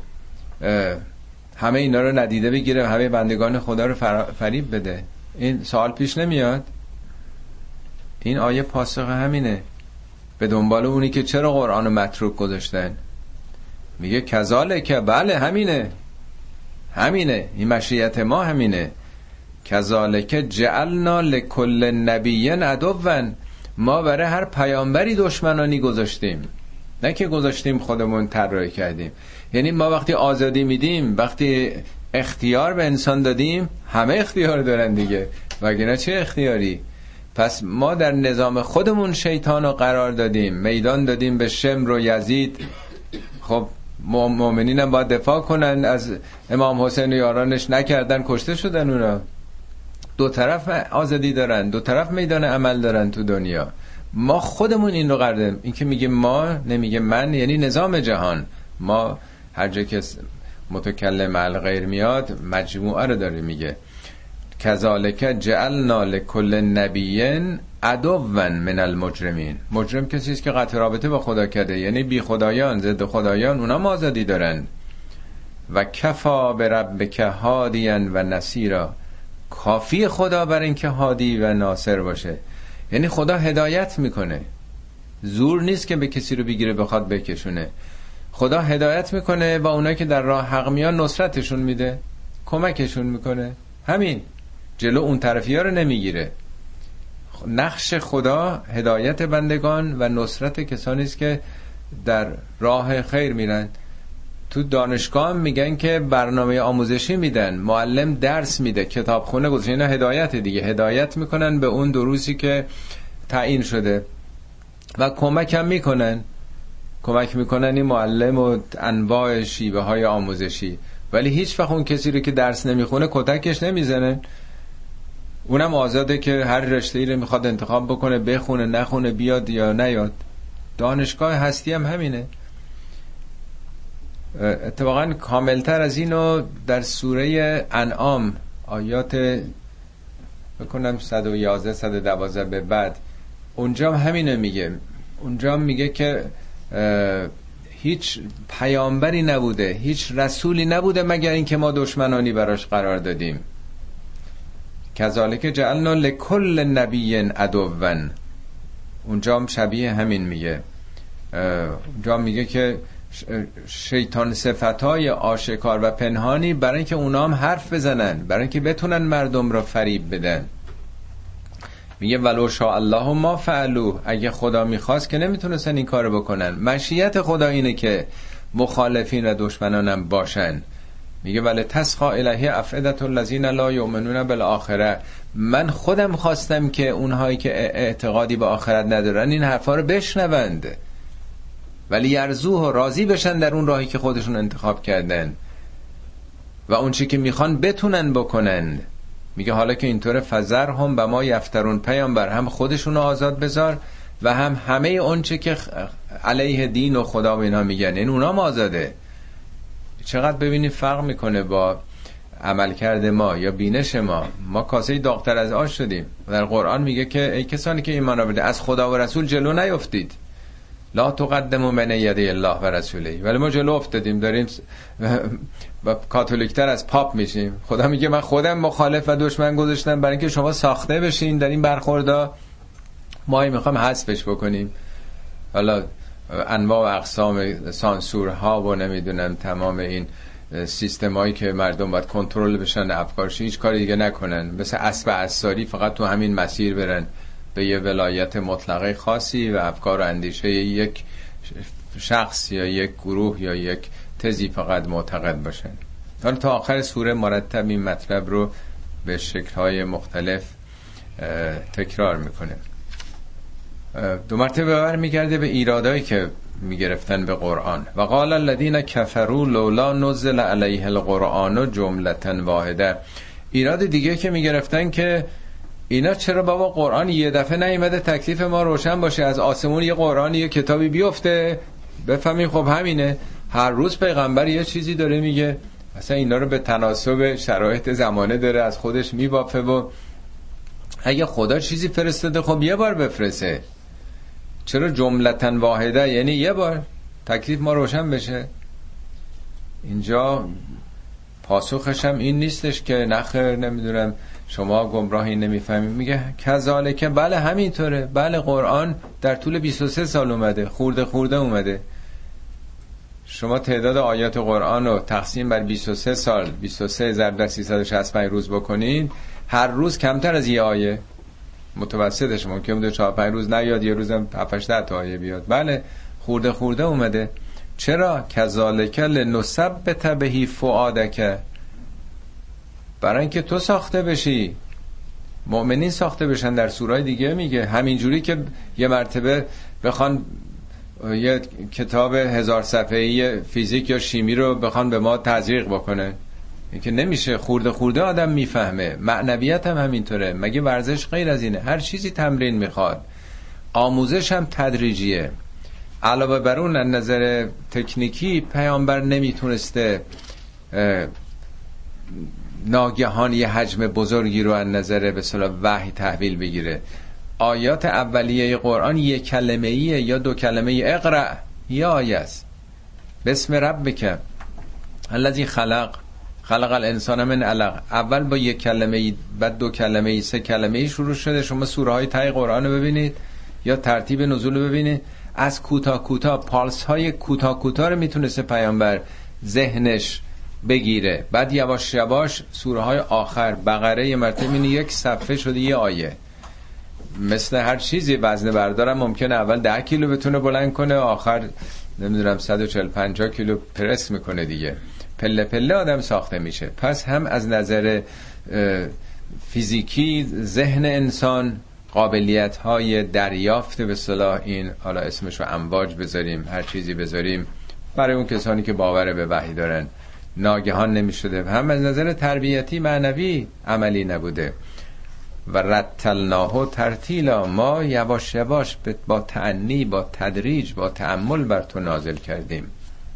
همه اینا رو ندیده بگیره، همه بندگان خدا رو فریب بده؟ این سوال پیش نمیاد؟ این آیه پاسخ همینه. به دنبال اونی که چرا قرآن رو متروک گذاشتن. میگه کذالک، بله همینه، همینه، این مشیت ما همینه. کذالک جعلنا لكل نبی عدوا، ما برای هر پیامبری دشمنانی گذاشتیم، نه که گذاشتیم خودمون طراحی کردیم. یعنی ما وقتی آزادی میدیم، وقتی اختیار به انسان دادیم، همه اختیار دارن دیگه، وگرنه چه اختیاری؟ پس ما در نظام خودمون شیطان رو قرار دادیم، میدان دادیم به شمر و یزید. خب مؤمنین هم باید دفاع کنن از امام حسین و یارانش، نکردن، کشته شدن اونا. دو طرف آزادی دارن، دو طرف میدان عمل دارن تو دنیا. ما خودمون این رو قرار دادیم. این که میگه ما، نمیگه من، یعنی نظام جهان. ما هر جا که متکلم الغیر میاد مجموعه رو داره میگه. کذالک جعلنا لكل نبی عدوا من المجرمین. مجرم کسی است که قطع رابطه با خدا کرده، یعنی بی خدایان، ضد خدایان، اونا آزادی دارن. و کفا بربک هادیا و نصیرا، کافی خدا بر این که هادی و ناصر باشه. یعنی خدا هدایت میکنه، زور نیست که به کسی رو بگیره بخواد بکشونه. خدا هدایت میکنه و اونایی که در راه حق میان نصرتشون میده، کمکشون میکنه. همین، جلو اون طرفی ها رو نمیگیره. نقش خدا هدایت بندگان و نصرت کسانی است که در راه خیر میرن. تو دانشگاه هم میگن که برنامه آموزشی میدن، معلم درس میده، کتابخونه گذاشته، اینا هدایت دیگه، هدایت میکنن به اون دروسی که تعیین شده و کمک هم میکنن کمک میکنن این معلم و انواع شیوه های آموزشی. ولی هیچ وقت اون کسی رو که درس نمیخونه کتکش نمیزنن. اونم آزاده که هر رشته‌ای رو میخواد انتخاب بکنه، بخونه، نخونه، بیاد یا نیاد. دانشگاه هستی هم همینه. اتفاقا کاملتر از اینو در سوره انعام آیات بکنم صد و یازده صد و دوازده به بعد، اونجا هم همینو میگه. اونجا هم میگه که هیچ پیامبری نبوده، هیچ رسولی نبوده مگر اینکه ما دشمنانی براش قرار دادیم. کذالک جعلنا لکل نبی عدوا. اونجا هم شبیه همین میگه. اونجا میگه که شیطان صفتای آشکار و پنهانی برای اینکه اونا هم حرف بزنن، برای اینکه بتونن مردم را فریب بدن. میگه ولو شاء الله ما فعلوا، اگه خدا میخواست که نمیتونستن این کارو بکنن. مشیت خدا اینه که مخالفین و دشمنانم باشن. میگه ولی تسخا الیه افئدة الذین لا یؤمنون بالآخره. من خودم خواستم که اونهایی که اعتقادی به آخرت ندارن این حرفا رو بشنوند، ولی یرزوه و راضی بشن در اون راهی که خودشون انتخاب کردن و اون چی که میخوان بتونن بکنن. میگه حالا که اینطوره فذرهم و ما یفترون، پیامبر هم خودشون آزاد بذار و هم همه اون چی که علیه دین و خدا و اینا میگن این اونا آزاده. چقدر ببینید فرق میکنه با عملکرد ما یا بینش ما. ما کاسه داغ‌تر از آش شدیم. در قرآن میگه که ای کسانی که ایمان آورده از خدا و رسول جلو نیفتید، لا تقدموا بین یدی الله و رسوله. ولی ما جلو افتادیم، داریم با کاتولیکتر از پاپ میشیم. خدا میگه من خودم مخالف و دشمن گذاشتم برای اینکه شما ساخته بشین در این برخوردا، ما میخوام حذفش بکنیم. حالا انواع و اقسام سانسورها و نمیدونم تمام این سیستمایی که مردم باید کنترل بشن افکارش، هیچ کاری دیگه نکنن، مثل اسب عصاری فقط تو همین مسیر برن به یه ولایت مطلقه خاصی و افکار و اندیشه یک شخص یا یک گروه یا یک تزی فقط معتقد باشن. حالا تا آخر سوره مرتب این مطلب رو به شکل‌های مختلف تکرار میکنه. دو مرتبه بر میگرده به ایرادایی که میگرفتن به قرآن. و قال الذين كفروا لولا نزل عليه القرآن جملة واحده. ایراد دیگه که میگرفتن که اینا چرا بابا قرآن یه دفعه نیومده تکلیف ما روشن باشه، از آسمون یه قرآن یه کتابی بیفته بفهمیم خب همینه. هر روز پیغمبر یه چیزی داره میگه، اصلا اینا رو به تناسب شرایط زمانه داره از خودش میبافه و اگه خدا چیزی فرستاده خب یه بار بفرسته. چرا جملتن واحده؟ یعنی یه بار تکلیف ما روشن بشه. اینجا پاسخش هم این نیستش که نخیر نمیدونم شما گمراهی نمیفهمید. میگه کذالک، بله همینطوره. بله قرآن در طول بیست و سه سال اومده، خورده خورده اومده. شما تعداد آیات قرآن رو تقسیم بر بیست و سه سال، بیست و سه ضرب در سیصد و شصت و پنج روز بکنین، هر روز کمتر از یه آیه متوسطش ممکنه بوده چهار پنج روز نیاد، یه روزم هفت هشت تا آیه بیاد. بله خورده خورده اومده. چرا؟ کذالک لنثبت به فؤادک، برای اینکه تو ساخته بشی، مؤمنین ساخته بشن. در سورای دیگه میگه همینجوری که یه مرتبه بخوان یه کتاب هزار صفحه‌ای فیزیک یا شیمی رو بخوان به ما تزریق بکنه، این که نمیشه. خورده خورده آدم میفهمه. معنویت هم همینطوره. مگه ورزش غیر از اینه؟ هر چیزی تمرین میخواد. آموزش هم تدریجیه. علاوه بر اون از نظر تکنیکی پیامبر نمیتونسته ناگهان یه حجم بزرگی رو از نظر به اصطلاح وحی تحویل بگیره. آیات اولیه قرآن یک کلمه ایه یا دو کلمه اقرأ، یا آیه است. بسم ربک الذی خلق خلق الانسان من علق. اول با یک کلمه ای، بعد دو کلمه ای، سه کلمه ای شروع شده. شما سوره های تای قرآن رو ببینید یا ترتیب نزول رو ببینید، از کوتاه کوتاه پالس های کوتاه کوتاه رو میتونسته پیامبر ذهنش بگیره. بعد یواش یواش سوره های آخر، بقره یه مرتبه یک صفحه شده یه آیه. مثل هر چیزی وزن بردارم ممکنه اول ده کیلو بتونه بلند کنه، آخر نمیدونم صد و چهل پنجاه کیلو پرس میکنه دیگه. پله پله آدم ساخته میشه. پس هم از نظر فیزیکی ذهن انسان قابلیت های دریافت به اصطلاح این، حالا اسمشو امواج بذاریم هر چیزی بذاریم، برای اون کسانی که باور به وحی دارن ناگهان نمیشده. هم از نظر تربیتی معنوی عملی نبوده. و رتلناه ترتیلا، ما یواش یواش با تأنی، با تدریج، با تأمل بر تو نازل کردیم.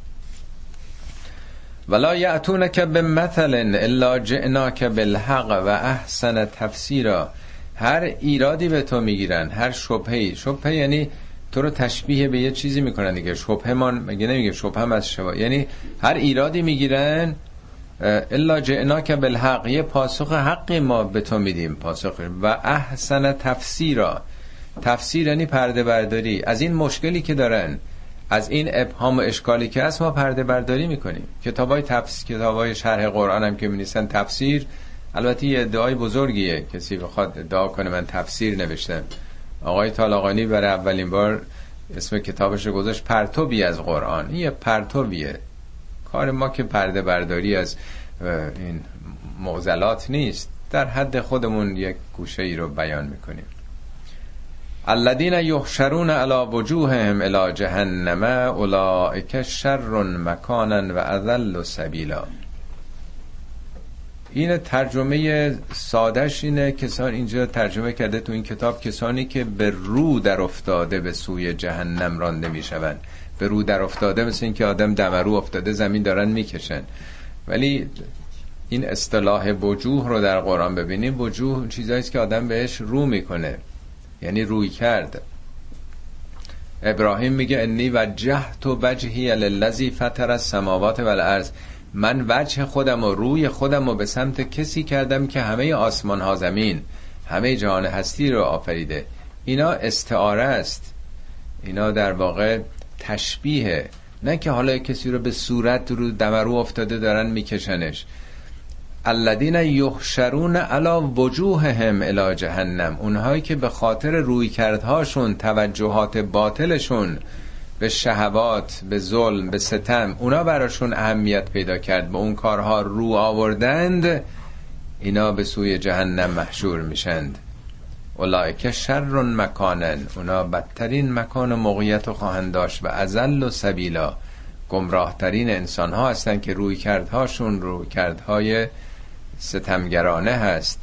ولا یأتونک بمثل الا جئناک بالحق و احسن تفسیرا. هر ایرادی به تو میگیرن، هر شبهه‌ای، شبهه یعنی تو رو تشبیه به یه چیزی میکنن دیگه. شبهمان مگه نمیگه شبه هم از شبه، یعنی هر ایرادی میگیرن الا جئناک بالحق، یه پاسخ حقی ما به تو میدیم، پاسخ و احسن تفسیرا. تفسیر یعنی پرده برداری از این مشکلی که دارن، از این ابهام و اشکالی که هست ما پرده برداری میکنیم. کتابای تفسیر، کتابای شرح قرآن هم که می‌نویسن تفسیر، البته یه ادعای بزرگیه کسی بخواد ادعا کنه من تفسیر نوشتم. آقای طالقانی برای اولین بار اسم کتابش رو گذاشت پرتوی از قرآن. این یه پرتویه. کار ما که پرده برداری از این معضلات نیست، در حد خودمون یک گوشه ای رو بیان میکنیم. الذین یحشرون علی وجوههم الی جهنم اولئک شر مکانا و اضل سبیلا. این ترجمه سادهش اینه، کسان اینجا ترجمه کرده تو این کتاب کسانی که به رو در افتاده به سوی جهنم رانده میشوند. به رو در افتاده مثل این که آدم دمرو افتاده زمین دارن میکشن. ولی این اصطلاح وجوه رو در قرآن ببینیم، وجوه چیزاییست که آدم بهش رو میکنه، یعنی روی کرد. ابراهیم میگه انی وجهت وجهی للذی فطر السماوات والارض، من وجه خودم و روی خودم و به سمت کسی کردم که همه آسمان ها زمین همه جهان هستی رو آفریده. اینا استعاره است، اینا در واقع تشبیه، نه که حالا کسی رو به صورت رو دمرو افتاده دارن میکشنش. الذین یحشرون علی وجوههم الی جهنم، اونهایی که به خاطر روی کردهاشون، توجهات باطلشون به شهوات، به ظلم، به ستم، اونا براشون اهمیت پیدا کرد، به اون کارها رو آوردند، اینا به سوی جهنم محشور میشند. اولئک شر مکانا، اونا بدترین مکان و موقعیت رو خواهند داشت و اضل و سبیلا، گمراه ترین انسان ها هستند که روی کردهاشون روی کردهای ستمگرانه هست.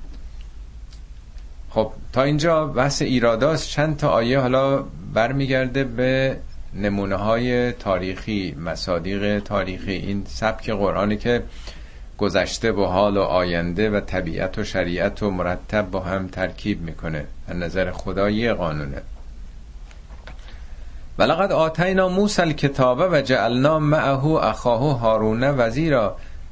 خب تا اینجا بحث ایراداست. چند تا آیه حالا برمیگرده به نمونه های تاریخی، مصادیق تاریخی، این سبک قرآنی که گذشته و حال و آینده و طبیعت و شریعت و مرتب با هم ترکیب میکنه. از نظر خدا یه قانونه. ولقد آتینا موسی الکتاب و جعلنا معه اخاه هارون وزیرا.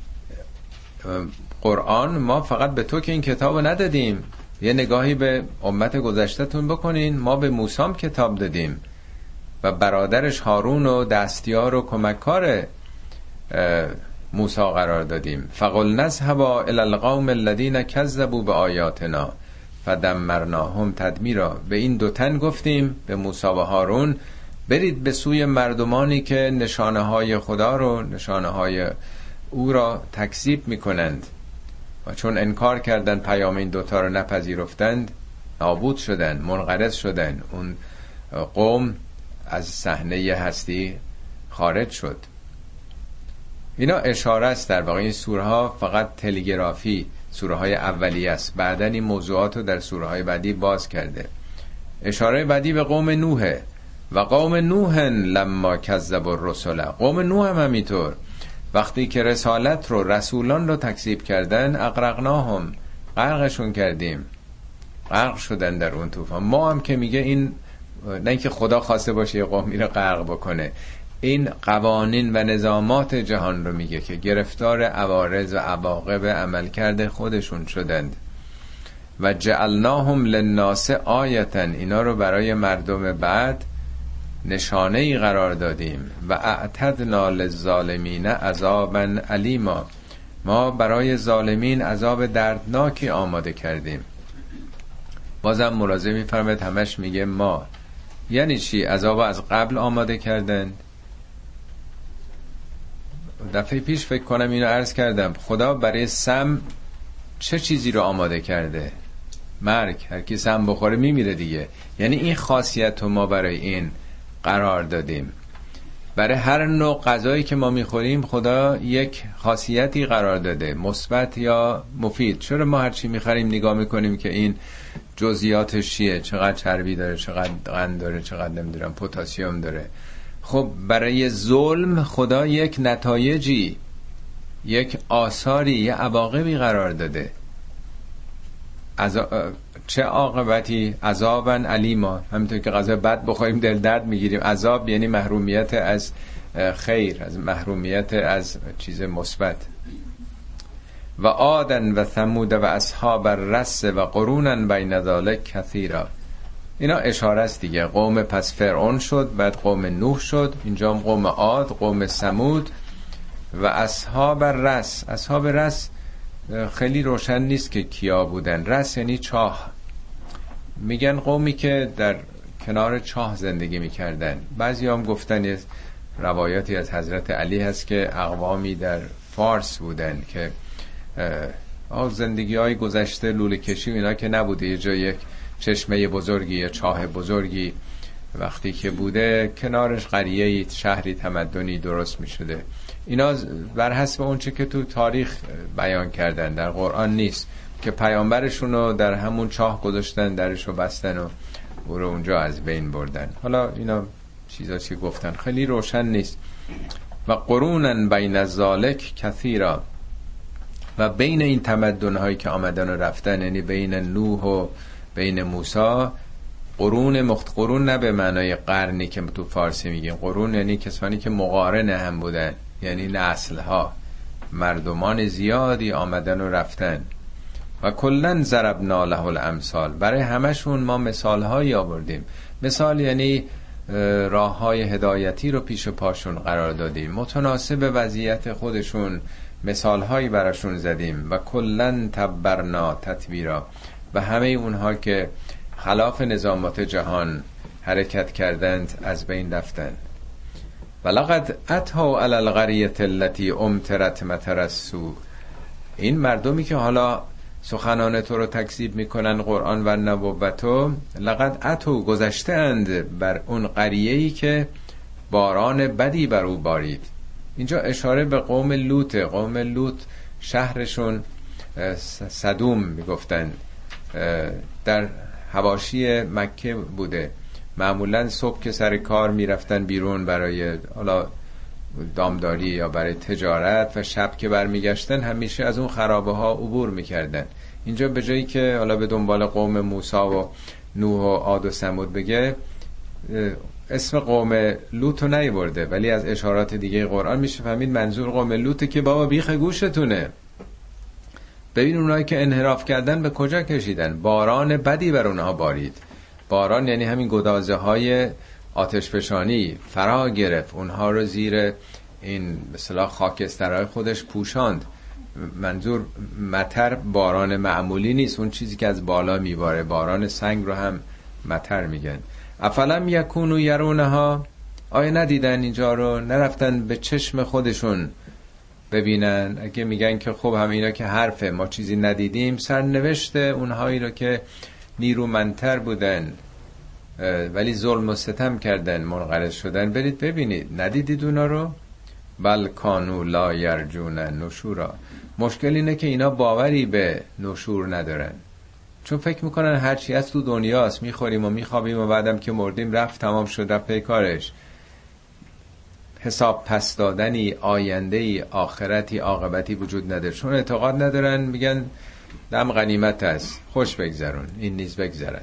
قرآن ما فقط به تو که این کتابو ندادیم، یه نگاهی به امت گذشته‌تون بکنین، ما به موسی هم کتاب دادیم و برادرش هارون و دستیار و کمککار موسی قرار دادیم. فقلنا اذهبا الی القوم الذین کذبوا بآیاتنا فدمرناهم تدمیرا. به این دو تن گفتیم، به موسی و هارون، برید به سوی مردمانی که نشانه های خدا رو، نشانه های او را تکذیب میکنند و چون انکار کردن پیام این دوتا رو نپذیرفتند، نابود شدن، منقرض شدن. اون قوم از صحنه هستی خارج شد. اینا اشاره است. در واقع این سوره ها فقط تلگرافی، سوره های اولیه است. بعدن این موضوعات رو در سوره های بعدی باز کرده. اشاره بعدی به قوم نوحه و قوم نوح لما کذب الرسل. قوم نوح هم همینطور، وقتی که رسالت رو، رسولان رو تکذیب کردن، اغرقناهم، غرقشون کردیم، غرق شدن در اون طوفان. ما هم که میگه این نه اینکه خدا خواسته باشه یه قومی رو غرق بکنه، این قوانین و نظامات جهان رو میگه که گرفتار عوارض و عواقب عملکرد خودشون شدند. و جعلناهم للناس آیتا، اینا رو برای مردم بعد نشانه ای قرار دادیم. و اعتدنا للظالمین عذابا الیما، ما برای ظالمین عذاب دردناکی آماده کردیم. بازم ملاحظه می‌فرماید همش میگه ما، یعنی چی؟ عذاب از قبل آماده کردن. دفعه پیش فکر کنم اینو عرض کردم، خدا برای سم چه چیزی رو آماده کرده؟ مرگ. هر کی سم بخوره میمیره دیگه. یعنی این خاصیت رو ما برای این قرار دادیم. برای هر نوع غذایی که ما میخوریم خدا یک خاصیتی قرار داده، مثبت یا مفید. چرا ما هر چی میخوریم نگاه میکنیم که این جزئیاتش چیه، چقدر چربی داره، چقدر قند داره، چقدر نمیدونم پتاسیم داره. خب برای ظلم خدا یک نتایجی، یک آثاری، یک عواقبی قرار داده. عذاب چه عاقبتی، عذابا علیما، همینطور که غذا بد بخوریم دل درد میگیریم. عذاب یعنی محرومیت از خیر، از محرومیت از چیز مثبت. و عادن و ثمود و اصحاب الرس و قرونا بین ذلک کثیرا. اینا اشاره است دیگه. قوم پس فرعون شد، بعد قوم نوح شد، اینجا قوم عاد، قوم ثمود و اصحاب الرس. اصحاب رس خیلی روشن نیست که کیا بودن. رس یعنی چاه. میگن قومی که در کنار چاه زندگی میکردن. بعضی هم گفتن روایاتی از حضرت علی هست که اقوامی در فارس بودن که زندگی های گذشته لوله کشی اینا که نبوده، یه جا یک چشمه بزرگی یا چاه بزرگی وقتی که بوده کنارش قریه‌ای، شهری، تمدنی درست می شده. اینا بر حسب اون چه که تو تاریخ بیان کردن، در قرآن نیست، که پیامبرشون رو در همون چاه گذاشتن، درشو بستن و او رو اونجا از بین بردن. حالا اینا چیزا چی گفتن خیلی روشن نیست. و قرونن بین ذالک کثیرا، و بین این تمدن هایی که آمدن و رفتن، یعنی بین نوح و بین موسی، قرون مخت قرون نه به معنای قرنی که تو فارسی میگیم. قرون یعنی کسانی که مقارن هم بودن، یعنی نسل ها، مردمان زیادی آمدن و رفتن. و کلن ضربنا له الامثال، برای همشون ما مثال هایی آوردیم. مثال یعنی راه های هدایتی رو پیش پاشون قرار دادیم، متناسب وضعیت خودشون مثال هایی براشون زدیم. و کلن تبرنا تتبیرا، و همه اونها که خلاف نظامات جهان حرکت کردند از بین رفتند. ولقد اتوا علی القریة التي امطرت مطر السوء. این مردمی که حالا سخنان تو رو تکذیب میکنن، قرآن و نبوتو، لقد اتوا گذشته اند بر اون قریه‌ای که باران بدی بر او بارید. اینجا اشاره به قوم لوط. قوم لوط شهرشون سدوم میگفتن، در حواشی مکه بوده. معمولا صبح که سر کار میرفتن بیرون برای حالا دامداری یا برای تجارت، و شب که برمیگشتن همیشه از اون خرابه ها عبور میکردن. اینجا به جایی که حالا به دنبال قوم موسی و نوح و عاد و ثمود بگه، اسم قوم لوط رو نیورده، ولی از اشارات دیگه قرآن میشه فهمید منظور قوم لوطه که بابا بیخ گوشتونه. ببین اونایی که انحراف کردن به کجا کشیدن، باران بدی بر اونها بارید. باران یعنی همین گدازه های آتش فشانی فرا گرفت، اونها رو زیر این مثلا خاکسترهای خودش پوشاند. منظور مطر باران معمولی نیست، اون چیزی که از بالا میباره. باران سنگ رو هم مطر میگن. افلم یکونو یرونها، آیا ندیدن اینجا رو، نرفتن به چشم خودشون ببینن؟ اگه میگن که خب همینا که حرفه، ما چیزی ندیدیم، سرنوشت اونهایی رو که نیرومندتر بودن ولی ظلم و ستم کردن، منقرض شدن، برید ببینید. ندیدید اونا رو؟ بل کانوا لا یرجون نشورا. مشکل اینه که اینا باوری به نشور ندارن، چون فکر میکنن هرچی از تو دنیاست، میخوریم و میخوابیم و بعدم که مردیم رفت، تمام شد، رفت پی کارش. حساب پس دادنی، آیندهی، آخرتی، عاقبتی وجود نداره. چون اعتقاد ندارن، میگن دم غنیمت است، خوش بگذرون، این نیز بگذرد.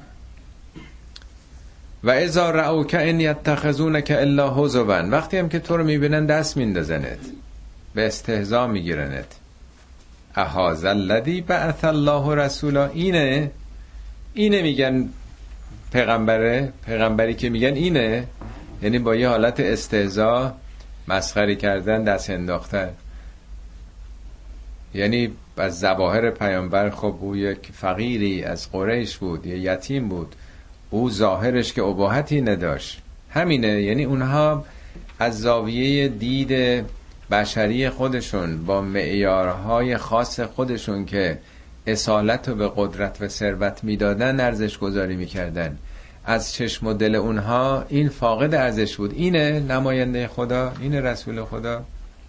و اذا رأوک ان یتخذونک الا هزوا، وقتی هم که تو رو میبینن دست میندازنت، به استهزا میگیرنت. اهذا الذی بعث الله رسولا، اینه اینه میگن پیغمبره، پیغمبری که میگن اینه، یعنی با یه حالت استهزا، مسخره کردن، دست انداختن. یعنی از ظواهر پیامبر، خب او یک فقیری از قریش بود، یه یتیم بود، او ظاهرش که اباحتی نداشت، همینه. یعنی اونها از زاویه دید بشری خودشون، با معیارهای خاص خودشون که اصالت رو به قدرت و ثروت میدادن ارزش گذاری میکردن. از چشم و دل اونها این فاقد ارزش بود. اینه نماینده خدا، اینه رسول خدا.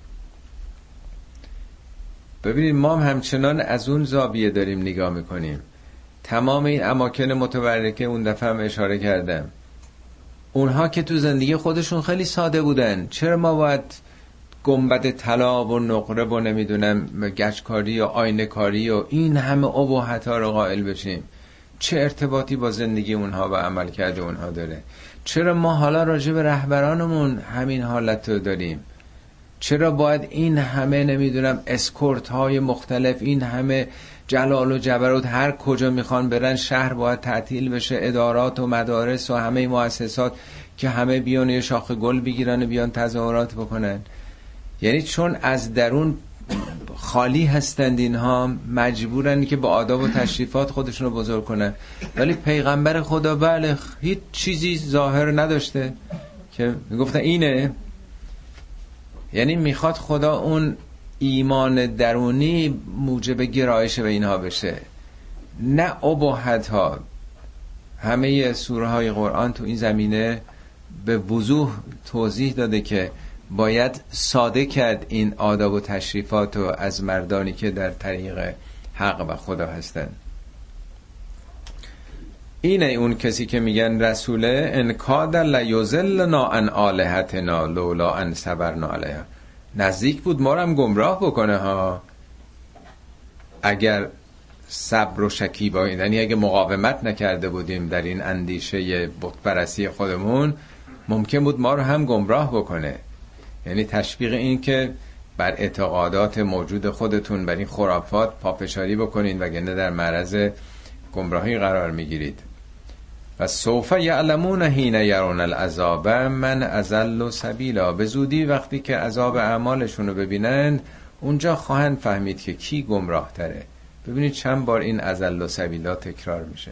ببینید ما هم همچنان از اون زاویه داریم نگاه میکنیم. تمام این اماکن متبرکه اون دفعه هم اشاره کردم، اونها که تو زندگی خودشون خیلی ساده بودن، چرا ما باید گنبد طلا و نقره و نمیدونم گچکاری و آینه کاری و این همه اباحت ها رو قائل بشیم؟ چه ارتباطی با زندگی اونها و عمل کرده اونها داره؟ چرا ما حالا راجع به رهبرانمون همین حالت رو داریم؟ چرا باید این همه نمیدونم اسکورت های مختلف، این همه جلال و جبروت، هر کجا میخوان برن شهر باید تعطیل بشه، ادارات و مدارس و همه مؤسسات که همه بیان یه شاخ گل بگیرن و بیان تظاهرات بکنن؟ یعنی چون از درون خالی هستند اینها، مجبورن که با آداب و تشریفات خودشون رو بزرگ کنن. ولی پیغمبر خدا بله هیچ چیزی ظاهر نداشته که میگفتن اینه. یعنی میخواد خدا اون ایمان درونی موجب گرایش به اینها بشه، نه اباحت ها. همه سوره های قرآن تو این زمینه به وضوح توضیح داده که باید ساده کرد این آداب و تشریفات و از مردانی که در طریق حق و خدا هستن. اینه اون کسی که میگن رسوله ان کاد لیضلنا عن آلهتنا لولا ان صبرنا علیها، نزدیک بود ما رو هم گمراه بکنه ها اگر صبر و شکیبا، یعنی اگه مقاومت نکرده بودیم در این اندیشه بت پرستی خودمون، ممکن بود ما رو هم گمراه بکنه. یعنی تشویق این که بر اعتقادات موجود خودتون، بر این خرافات پافشاری بکنین وگرنه در معرض گمراهی قرار میگیرید. و سوف یعلمون حین یرون العذاب من اضل سبیلا، به زودی وقتی که عذاب اعمالشون رو ببینند اونجا خواهند فهمید که کی گمراه تره. ببینید چند بار این اضل سبیلا تکرار میشه.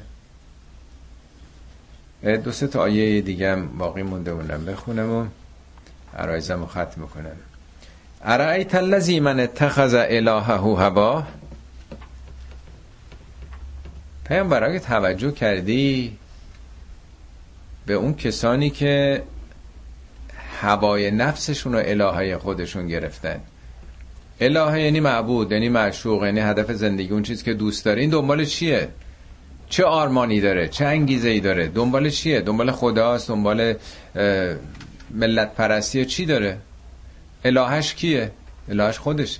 دو سه تا آیه دیگه هم باقی مونده اونم بخونم و عرایزم رو ختم کنم. ارأیت الذی من اتخذ الهه هوا، پیامبر اگه توجه کردی به اون کسانی که هوای نفسشون رو الهه خودشون گرفتن. الهه یعنی معبود، یعنی معشوق، یعنی هدف زندگی، اون چیز که دوست داره. این دنبال چیه؟ چه آرمانی داره؟ چه انگیزه‌ای داره؟ دنبال چیه؟ دنبال خداست؟ دنبال ملت پرستی؟ چی داره؟ الهش کیه؟ الهش خودشه.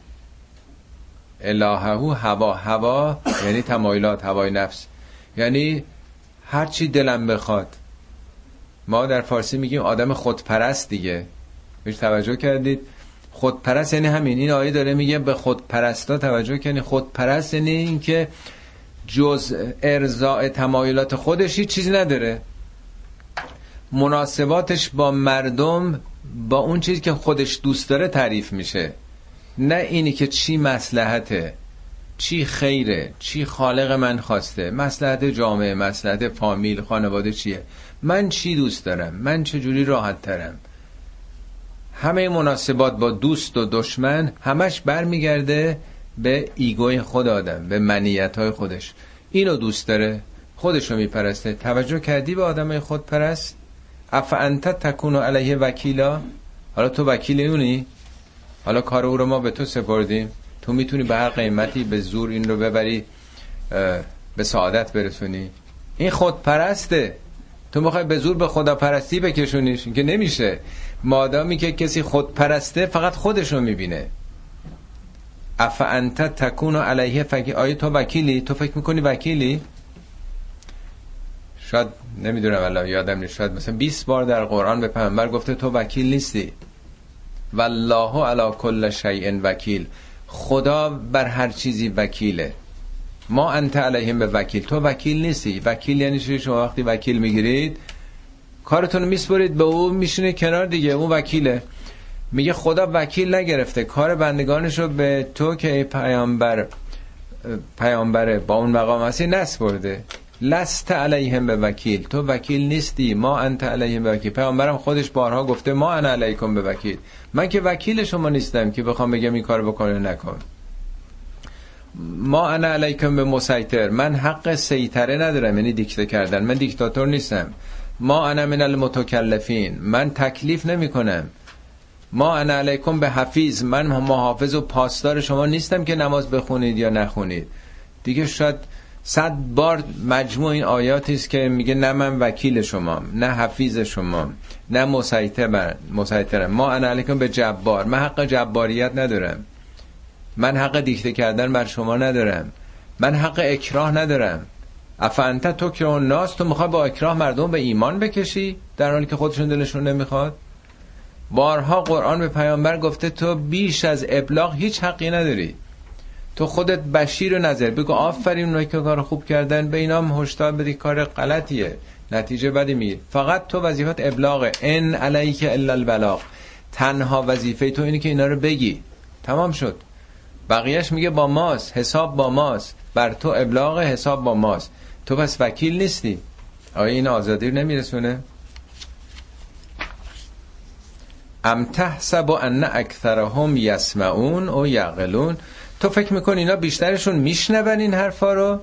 الههو هوا، هوا یعنی تمایلات، هوای نفس، یعنی هر چی دلم بخواد. ما در فارسی میگیم آدم خودپرست دیگه. بهش توجه کردید؟ خودپرست یعنی همین. این آیه داره میگه به خودپرستا توجه کنید. خودپرست یعنی این که جز ارضاء تمایلات خودش هیچ چیزی نداره، مناسباتش با مردم با اون چیزی که خودش دوست داره تعریف میشه، نه اینی که چی مصلحته، چی خیره، چی خالق من خواسته، مصلحت جامعه، مصلحت فامیل، خانواده چیه، من چی دوست دارم، من چجوری راحت ترم. همه مناسبات با دوست و دشمن همش برمیگرده به ایگوی خود آدم، به منیت‌های خودش. اینو دوست داره، خودشو میپرسته. توجه کردی به آدمای خودپرست؟ افانت تکون علیه وکیلا، حالا تو وکیل اونی؟ حالا کار او رو ما به تو سپردیم، تو میتونی به هر قیمتی به زور این رو ببری به سعادت برسونی؟ این خودپرسته. تو میخوای به زور به خداپرستی بکشونیش؟ این که نمیشه. مادامی که کسی خودپرسته فقط خودشو میبینه. افانت تکون علیه فکی، آیا تو وکیلی؟ تو فکر میکنی وکیلی؟ شاید نمیدونم والله یادم نیست، شاید مثلا بیست بار در قرآن به پیامبر گفته تو وکیل نیستی. والله علی کل شیء وکیل، خدا بر هر چیزی وکیله. ما انت علیهم به وکیل، تو وکیل نیستی. وکیل یعنی چی؟ شما وقتی وکیل میگیرید کارتون رو میسپرید به اون، میشینه کنار دیگه، اون وکیله. میگه خدا وکیل نگرفته، کار بندگانشو به تو که پیامبر پیامبره با اون مقام هستی نسپرده. لست علیهم به وکیل، تو وکیل نیستی. ما انت علیهم به وکیل، پیامبرم خودش بارها گفته ما انا علیکم به وکیل، من که وکیل شما نیستم که بخوام بگم این کارو بکنه نکن. ما انا علیکم به مسیطر، من حق سیطره ندارم، یعنی دیکته کردن، من دیکتاتور نیستم. ما انا من المتکلفین، من تکلیف نمی کنم. ما انا علیکم به حفیظ، من محافظ و پاسدار شما نیستم که نماز بخونید یا نخونید. دیگه شاید صد بار مجموع این آیاتی است که میگه نه من وکیل شمام، نه حفیظ شمام، نه مسیطر مسیطرم، ما انا علیکم به جبار، من حق جباریت ندارم، من حق دیکته کردن بر شما ندارم، من حق اکراه ندارم. افانت تکره الناس، تو میخوای با اکراه مردم به ایمان بکشی در حالی که خودشون دلشون نمیخواد؟ بارها قرآن به پیامبر گفته تو بیش از ابلاغ هیچ حقی نداری، تو خودت بشیر و نذیر، بگو آفرین اونایی که کار خوب کردن، به اینا هم هشدار بدی کار غلطیه، نتیجه بدی میگیری، فقط تو وظیفت ابلاغه، ان علیک الا البلاغ، تنها وظیفه تو اینه که اینا رو بگی، تمام شد. بقیهش میگه با ماست، حساب با ماست، بر تو ابلاغ، حساب با ماست، تو پس وکیل نیستی. آیا این آزادی رو نمیرسونه؟ ام تحسب ان اکثرهم یسمعون او یعقلون، تو فکر میکنی اینا بیشترشون میشنون این حرفا رو؟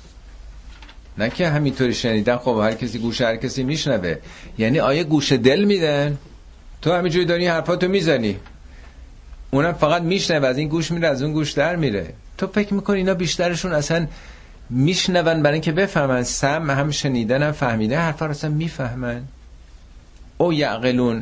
نه که همینطوری شنیدن، خب هر کسی گوش هر کسی میشنوه، یعنی آیه گوش دل میدن؟ تو همینجوری داری حرفا تو میزنی، اونم فقط میشنوه، از این گوش میره از اون گوش در میره. تو فکر میکنی اینا بیشترشون اصلا میشنون برای اینکه بفهمن؟ سم هم شنیدن هم فهمیده حرفا رو اصلا میفهمن؟ او یعقلون،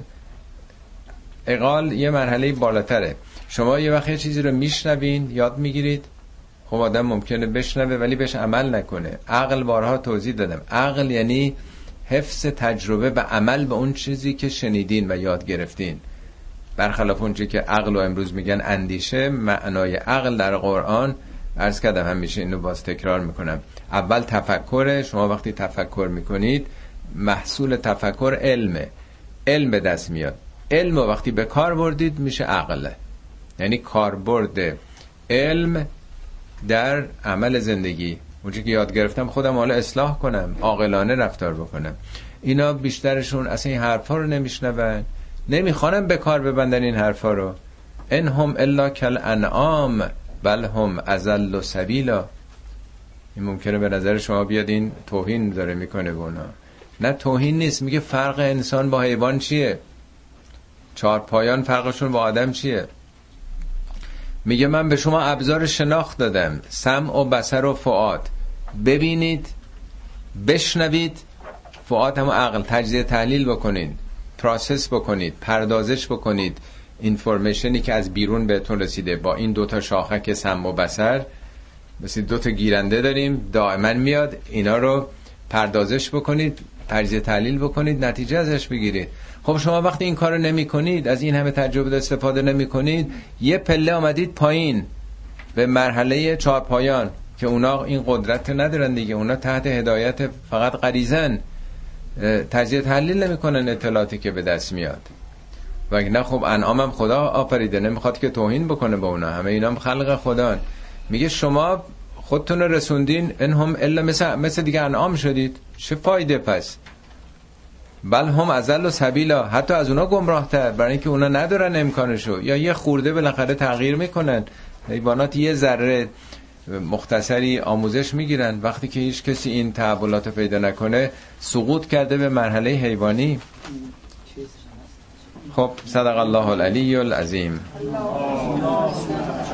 اقال یه مرحله بالاتره. شما یه وقت یه چیزی رو میشنوین، یاد میگیرید، خب آدم ممکنه بشنوه ولی بهش عمل نکنه. عقل بارها توضیح دادم، عقل یعنی حفظ تجربه و عمل به اون چیزی که شنیدین و یاد گرفتین. برخلاف اون چیزی که عقل و امروز میگن اندیشه، معنای عقل در قرآن عرض کردم، همیشه اینو باز تکرار میکنم، اول تفکر. شما وقتی تفکر میکنید محصول تفکر علمه، علم به دست میاد، علم وقتی به کار بردید میشه عقل، یعنی کاربرد علم در عمل زندگی. اونجا که یاد گرفتم خودم حالا اصلاح کنم، عاقلانه رفتار بکنم. اینا بیشترشون اصلا این حرفا رو نمیشنون، نمیخوانم به کار ببندن این حرفا رو. ان هم الا کالانعام بل هم اضل سبیلا. این ممکنه به نظر شما بیاد این توهین داره میکنه به اونا. نه توهین نیست، میگه فرق انسان با حیوان چیه؟ چهار پایان فرقشون با آدم چیه؟ میگه من به شما ابزار شناخت دادم، سمع و بصر و فؤاد، ببینید، بشنوید، فؤاد هم عقل، تجزیه تحلیل بکنید، پروسس بکنید، پردازش بکنید، اینفورمیشنی که از بیرون بهتون رسیده. با این دوتا شاخک سمع و بصر مثل دوتا گیرنده داریم، دائما میاد، اینا رو پردازش بکنید، تجزیه تحلیل بکنید، نتیجه ازش بگیرید. خب شما وقتی این کارو نمی کنید، از این همه تجربه استفاده نمی کنید، یه پله آمدید پایین به مرحله چهار پایان که اونا این قدرت ندارن دیگه، اونا تحت هدایت فقط غریزن، تجزیه تحلیل نمی کنن اطلاعاتی که به دست میاد. وگرنه خب انعامم خدا آفریده، نمیخواد که توهین بکنه با اونا، همه اینا هم خلق خدا. میگه شما خودتون رو رسوندین، انهم الا مثل, مثل دیگه انعام شدید، چه فایده پس؟ بل هم اضل سبیلا، حتی از اونا گمراه تر، برای اینکه اونا ندارن امکانشو، یا یه خورده بالاخره تغییر میکنن. حیوانات یه ذره مختصری آموزش میگیرن، وقتی که هیچ کسی این تحولات پیدا نکنه سقوط کرده به مرحله حیوانی. خب صدق الله العلی العظیم.